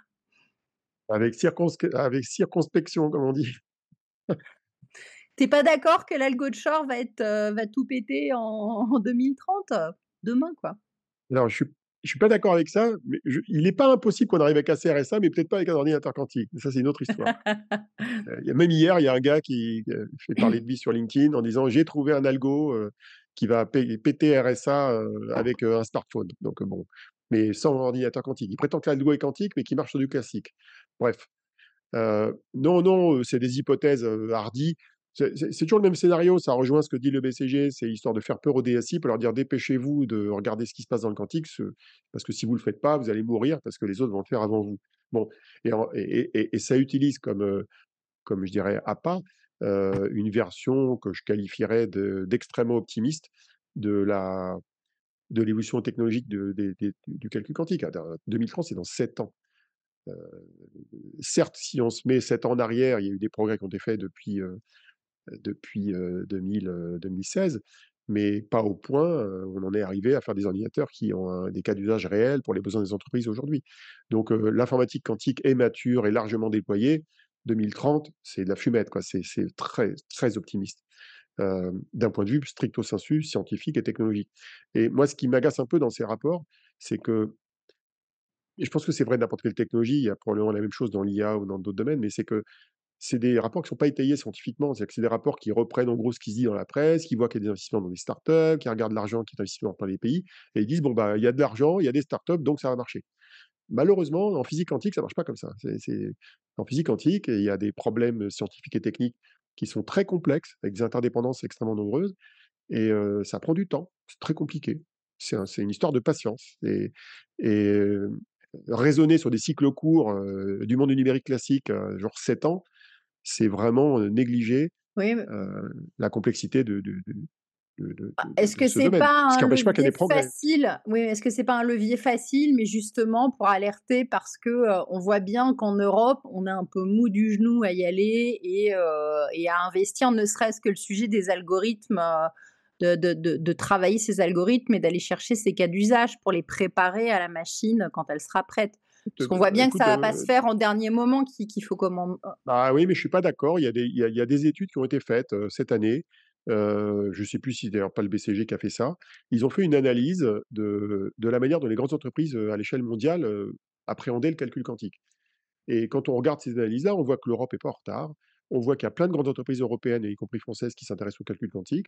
[SPEAKER 2] Avec circonspection, comme on dit.
[SPEAKER 1] Tu pas d'accord que l'algo de Shor va tout péter en 2030? Demain, quoi.
[SPEAKER 2] Alors, je suis pas d'accord avec ça, mais il n'est pas impossible qu'on arrive à casser RSA, mais peut-être pas avec un ordinateur quantique. Mais ça, c'est une autre histoire. Il y a même hier, il y a un gars qui fait parler de lui sur LinkedIn en disant: «J'ai trouvé un algo, qui va péter RSA, avec, un smartphone». Donc, bon, mais sans ordinateur quantique. Il prétend que l'algo est quantique, mais qui marche sur du classique. Bref, non, non, c'est des hypothèses, hardies. C'est toujours le même scénario, ça rejoint ce que dit le BCG, c'est histoire de faire peur aux DSI pour leur dire: «Dépêchez-vous de regarder ce qui se passe dans le quantique, parce que si vous le faites pas, vous allez mourir parce que les autres vont le faire avant vous». Bon et ça utilise comme je dirais appât, une version que je qualifierais d'extrêmement optimiste de la de l'évolution technologique du calcul quantique. 2030, c'est dans 7 ans. Heu, certes, si on se met 7 ans en arrière, il y a eu des progrès qui ont été faits depuis 2016, mais pas au point, où on en est arrivé à faire des ordinateurs qui ont des cas d'usage réels pour les besoins des entreprises aujourd'hui. Donc l'informatique quantique est mature et largement déployée. 2030, c'est de la fumette, quoi. C'est très, très optimiste, d'un point de vue stricto sensu scientifique et technologique. Et moi, ce qui m'agace un peu dans ces rapports, c'est que et je pense que c'est vrai de n'importe quelle technologie, il y a probablement la même chose dans l'IA ou dans d'autres domaines, mais c'est des rapports qui ne sont pas étayés scientifiquement. C'est-à-dire que c'est des rapports qui reprennent en gros ce qui se dit dans la presse, qui voient qu'il y a des investissements dans des startups, qui regardent l'argent qui est investi dans les pays, et ils disent, bon, bah, il y a de l'argent, il y a des startups, donc ça va marcher. Malheureusement, en physique quantique, ça marche pas comme ça. En physique quantique, il y a des problèmes scientifiques et techniques qui sont très complexes, avec des interdépendances extrêmement nombreuses, et ça prend du temps. C'est très compliqué. C'est une histoire de patience. Et raisonner sur des cycles courts du monde du numérique classique, genre 7 ans, c'est vraiment, négliger,
[SPEAKER 1] Oui, mais
[SPEAKER 2] la complexité
[SPEAKER 1] est-ce
[SPEAKER 2] de
[SPEAKER 1] que
[SPEAKER 2] ce
[SPEAKER 1] c'est
[SPEAKER 2] domaine.
[SPEAKER 1] pas
[SPEAKER 2] Ce
[SPEAKER 1] un
[SPEAKER 2] qui n'empêche pas qu'il y ait
[SPEAKER 1] levier
[SPEAKER 2] des progrès.
[SPEAKER 1] facile? Oui, est-ce que c'est pas un levier facile, mais justement pour alerter parce que, on voit bien qu'en Europe, on est un peu mou du genou à y aller et à investir, ne serait-ce que le sujet des algorithmes, de travailler ces algorithmes et d'aller chercher ces cas d'usage pour les préparer à la machine quand elle sera prête. Parce qu'on voit bien que
[SPEAKER 2] Écoute,
[SPEAKER 1] ça va pas se faire en dernier moment, qu'il faut comment
[SPEAKER 2] bah, oui, mais je suis pas d'accord. Il y a des études qui ont été faites, cette année. Je sais plus si c'est d'ailleurs pas le BCG qui a fait ça. Ils ont fait une analyse, de la manière dont les grandes entreprises, à l'échelle mondiale, appréhendaient le calcul quantique. Et quand on regarde ces analyses-là, on voit que l'Europe est pas en retard. On voit qu'il y a plein de grandes entreprises européennes, et y compris françaises, qui s'intéressent au calcul quantique.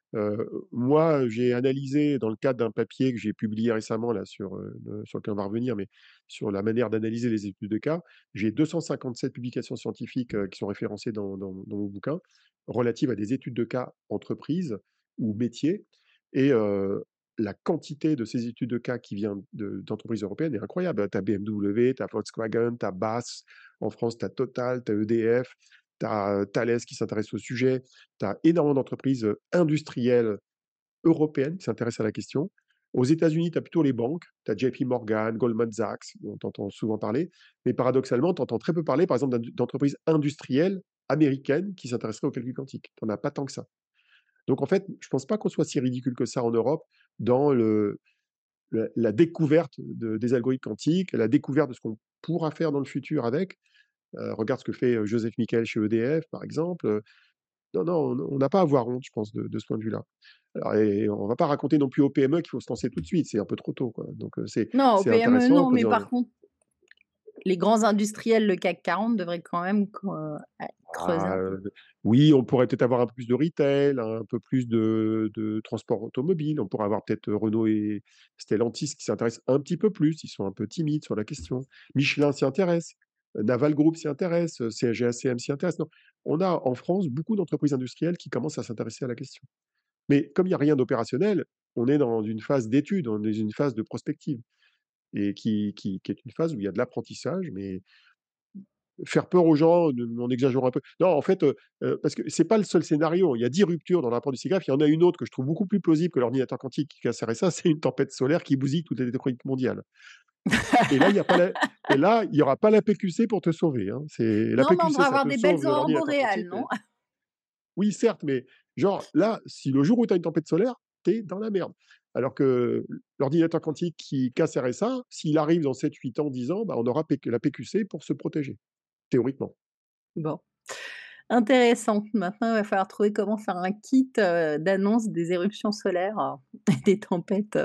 [SPEAKER 2] Moi, j'ai analysé dans le cadre d'un papier que j'ai publié récemment là sur lequel on va revenir, mais sur la manière d'analyser les études de cas. J'ai 257 publications scientifiques, qui sont référencées dans mon bouquin, relatives à des études de cas entreprises ou métiers. Et la quantité de ces études de cas qui vient d'entreprises européennes est incroyable. Tu as BMW, tu as Volkswagen, tu as BAS, en France, tu as Total, tu as EDF, tu as Thales qui s'intéresse au sujet, tu as énormément d'entreprises industrielles européennes qui s'intéressent à la question. Aux États-Unis, tu as plutôt les banques, tu as JP Morgan, Goldman Sachs, dont tu entends souvent parler, mais paradoxalement, tu entends très peu parler, par exemple, d'entreprises industrielles américaines qui s'intéresseraient au calcul quantique. Tu n'en as pas tant que ça. Donc en fait, je ne pense pas qu'on soit si ridicule que ça en Europe dans la découverte des algorithmes quantiques, la découverte de ce qu'on pourra faire dans le futur avec. Regarde ce que fait Joseph Michael chez EDF, par exemple. Non, non, on n'a pas à avoir honte, je pense, de ce point de vue-là. Alors, et on ne va pas raconter non plus aux PME qu'il faut se lancer tout de suite, c'est un peu trop tôt, quoi. Donc
[SPEAKER 1] non, au
[SPEAKER 2] c'est
[SPEAKER 1] PME
[SPEAKER 2] intéressant
[SPEAKER 1] non,
[SPEAKER 2] quand
[SPEAKER 1] mais par contre, les grands industriels, le CAC 40 devraient quand même creuser
[SPEAKER 2] ah,
[SPEAKER 1] un peu.
[SPEAKER 2] oui, on pourrait peut-être avoir un peu plus de retail, un peu plus de transport automobile. On pourrait avoir peut-être Renault et Stellantis qui s'intéressent un petit peu plus. Ils sont un peu timides sur la question. Michelin s'y intéresse, Naval Group s'y intéresse, CSG-ACM s'y intéresse. Non, on a en France beaucoup d'entreprises industrielles qui commencent à s'intéresser à la question. Mais comme il n'y a rien d'opérationnel, on est dans une phase d'étude, on est dans une phase de prospective et qui est une phase où il y a de l'apprentissage, mais faire peur aux gens, en exagérant un peu. Non, en fait, parce que c'est pas le seul scénario. Il y a 10 ruptures dans le rapport du SIGGRAPH. Il y en a une autre que je trouve beaucoup plus plausible que l'ordinateur quantique qui casserait ça, c'est une tempête solaire qui bousille toute l'électronique mondiale. Et là, il y a pas la et là, il y aura pas la PQC pour te sauver, hein. C'est la
[SPEAKER 1] Non, mais on
[SPEAKER 2] PQC,
[SPEAKER 1] devrait
[SPEAKER 2] ça
[SPEAKER 1] avoir
[SPEAKER 2] te
[SPEAKER 1] des belles
[SPEAKER 2] sauve de
[SPEAKER 1] aurores
[SPEAKER 2] l'ordinateur
[SPEAKER 1] boréales,
[SPEAKER 2] quantique,
[SPEAKER 1] non?
[SPEAKER 2] mais oui, certes, mais genre là, si le jour où tu as une tempête solaire, tu es dans la merde. Alors que l'ordinateur quantique qui casse RSA, s'il arrive dans 7, 8 ans, 10 ans, bah, on aura la PQC pour se protéger, théoriquement.
[SPEAKER 1] Bon, intéressant. Maintenant, il va falloir trouver comment faire un kit, d'annonce des éruptions solaires, et des tempêtes,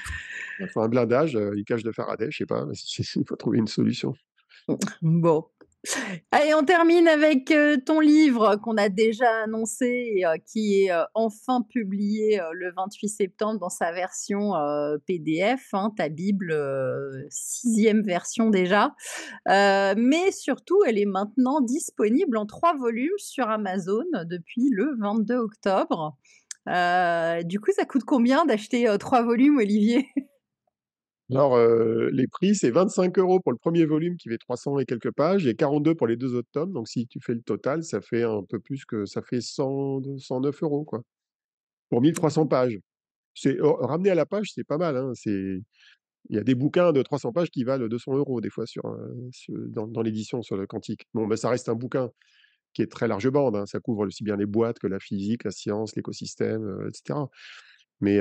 [SPEAKER 2] Il faut un blindage, une cage de Faraday, je sais pas, mais il faut trouver une solution.
[SPEAKER 1] Bon. Allez, on termine avec, ton livre qu'on a déjà annoncé et qui est, enfin publié, le 28 septembre dans sa version, PDF, hein, ta bible, 6e version déjà. Mais surtout, elle est maintenant disponible en 3 volumes sur Amazon depuis le 22 octobre. Du coup, ça coûte combien d'acheter, 3 volumes, Olivier?
[SPEAKER 2] Alors, les prix, c'est 25 € pour le premier volume qui fait 300 et quelques pages et 42 pour les 2 autres tomes. Donc si tu fais le total, ça fait un peu plus que ça fait 109 € quoi, pour 1 300 pages. C'est ramené à la page, c'est pas mal, hein. Il y a des bouquins de 300 pages qui valent 200 € des fois dans l'édition sur le Quantique. Bon, bah, ça reste un bouquin qui est très large bande, hein. Ça couvre aussi bien les boîtes que la physique, la science, l'écosystème, et cetera. Mais,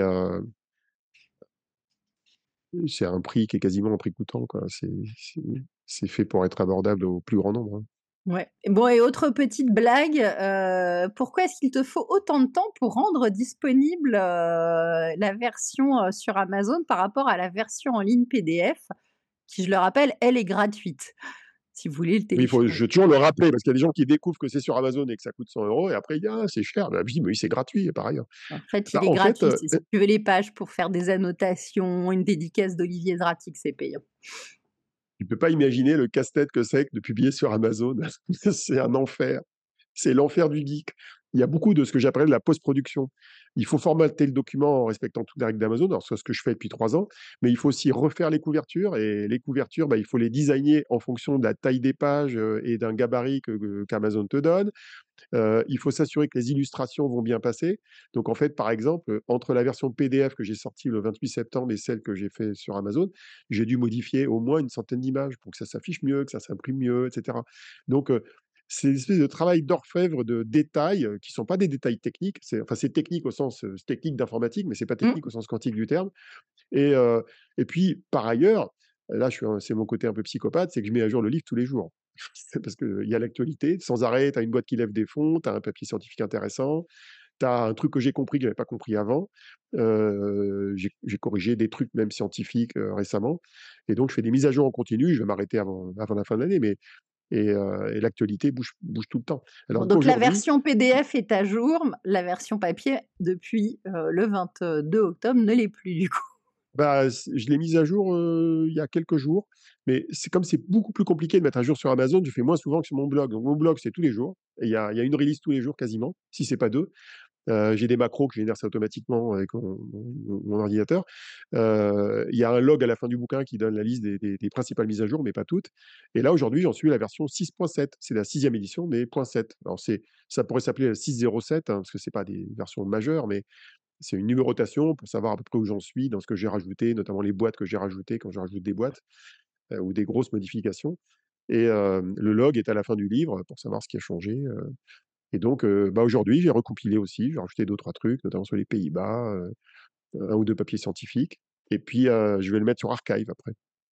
[SPEAKER 2] c'est un prix qui est quasiment un prix coûtant, quoi. C'est c'est fait pour être abordable au plus grand nombre, hein.
[SPEAKER 1] Ouais. Bon et autre petite blague, pourquoi est-ce qu'il te faut autant de temps pour rendre disponible, la version, sur Amazon par rapport à la version en ligne PDF qui, je le rappelle, elle est gratuite, si vous voulez le
[SPEAKER 2] Oui, il faut
[SPEAKER 1] télécharger?
[SPEAKER 2] je veux toujours le rappeler parce qu'il y a des gens qui découvrent que c'est sur Amazon et que ça coûte 100 € et après ils disent: «Ah, c'est cher». Bah, je dis: «Mais oui, c'est gratuit par ailleurs».
[SPEAKER 1] En fait,
[SPEAKER 2] Bah,
[SPEAKER 1] il est
[SPEAKER 2] en fait,
[SPEAKER 1] gratuit, c'est si tu veux les pages pour faire des annotations, une dédicace d'Olivier Zratic, c'est payant.
[SPEAKER 2] tu peux pas imaginer le casse-tête que c'est que de publier sur Amazon. C'est un enfer. C'est l'enfer du geek. Il y a beaucoup de ce que j'appelle la post-production. Il faut formater le document en respectant toutes les règles d'Amazon, alors c'est ce que je fais depuis 3 ans, mais il faut aussi refaire les couvertures et les couvertures, bah, il faut les designer en fonction de la taille des pages, et d'un gabarit qu'Amazon te donne. Il faut s'assurer que les illustrations vont bien passer. Donc en fait, par exemple, entre la version PDF que j'ai sortie le 28 septembre et celle que j'ai fait sur Amazon, j'ai dû modifier au moins une centaine d'images pour que ça s'affiche mieux, que ça s'imprime mieux, et cetera. Donc, c'est une espèce de travail d'orfèvre de détails, qui sont pas des détails techniques. C'est technique au sens, technique d'informatique, mais c'est pas
[SPEAKER 1] Mmh.
[SPEAKER 2] technique au sens quantique du terme. Et heu et puis par ailleurs, là c'est mon côté un peu psychopathe, c'est que je mets à jour le livre tous les jours. C'est parce qu'il y a l'actualité, sans arrêt, tu as une boîte qui lève des fonds, tu as un papier scientifique intéressant, tu as un truc que j'ai compris que j'avais pas compris avant. J'ai corrigé des trucs même scientifiques, récemment et donc je fais des mises à jour en continu. Je vais m'arrêter avant la fin de l'année, mais et l'actualité bouge tout le temps.
[SPEAKER 1] Bon,
[SPEAKER 2] Alors
[SPEAKER 1] donc la
[SPEAKER 2] aujourd'hui,
[SPEAKER 1] version PDF est à jour, la version papier depuis, le 22 octobre ne l'est plus du coup.
[SPEAKER 2] bah, je l'ai mise à jour, il y a quelques jours, mais c'est beaucoup plus compliqué de mettre à jour sur Amazon, je fais moins souvent que sur mon blog. Donc mon blog, c'est tous les jours et il y a une release tous les jours quasiment, si c'est pas 2. J'ai des macros que je génère ça automatiquement avec mon ordinateur. Il y a un log à la fin du bouquin qui donne la liste des principales mises à jour, mais pas toutes. Et là, aujourd'hui, j'en suis à la version 6.7. C'est la 6e édition, mais 0.7. Alors ça pourrait s'appeler la 6.07, hein, parce que c'est pas des versions majeures, mais c'est une numérotation pour savoir à peu près où j'en suis dans ce que j'ai rajouté, notamment les boîtes que j'ai rajoutées quand je rajoute des boîtes, ou des grosses modifications. Et le log est à la fin du livre pour savoir ce qui a changé. Et donc, bah, aujourd'hui, j'ai recompilé aussi, j'ai rajouté 2-3 trucs, notamment sur les Pays-Bas, 1 ou 2 papiers scientifiques. Et puis, je vais le mettre sur Archive après.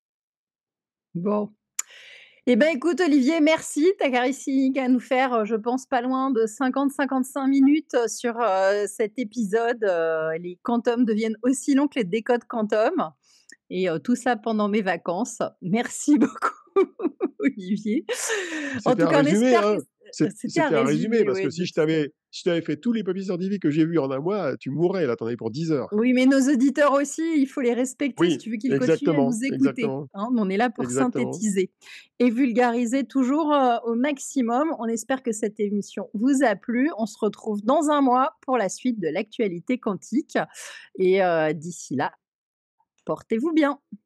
[SPEAKER 1] Bon. Eh ben, écoute Olivier, merci. Tu as réussi à nous faire, je pense pas loin de 50-55 minutes, sur, cet épisode, les quantums deviennent aussi longs que les décodes quantum et tout ça pendant mes vacances. Merci beaucoup Olivier. En
[SPEAKER 2] C'était
[SPEAKER 1] tout
[SPEAKER 2] un
[SPEAKER 1] cas, on
[SPEAKER 2] résumé,
[SPEAKER 1] espère que
[SPEAKER 2] hein.
[SPEAKER 1] c'était un
[SPEAKER 2] C'était un résumé
[SPEAKER 1] résumé,
[SPEAKER 2] parce que
[SPEAKER 1] ouais,
[SPEAKER 2] si
[SPEAKER 1] de
[SPEAKER 2] je
[SPEAKER 1] tout ça.
[SPEAKER 2] t'avais fait tous les papiers scientifiques que j'ai vus en un mois, tu mourrais là, tu en avais pour 10 heures.
[SPEAKER 1] Oui, mais nos auditeurs aussi, il faut les respecter si
[SPEAKER 2] Oui,
[SPEAKER 1] tu veux qu'ils continuent à
[SPEAKER 2] exactement,
[SPEAKER 1] nous écouter,
[SPEAKER 2] exactement,
[SPEAKER 1] hein. On est là pour
[SPEAKER 2] exactement.
[SPEAKER 1] synthétiser et vulgariser toujours, au maximum. On espère que cette émission vous a plu. On se retrouve dans un mois pour la suite de l'actualité quantique et d'ici là, portez-vous bien.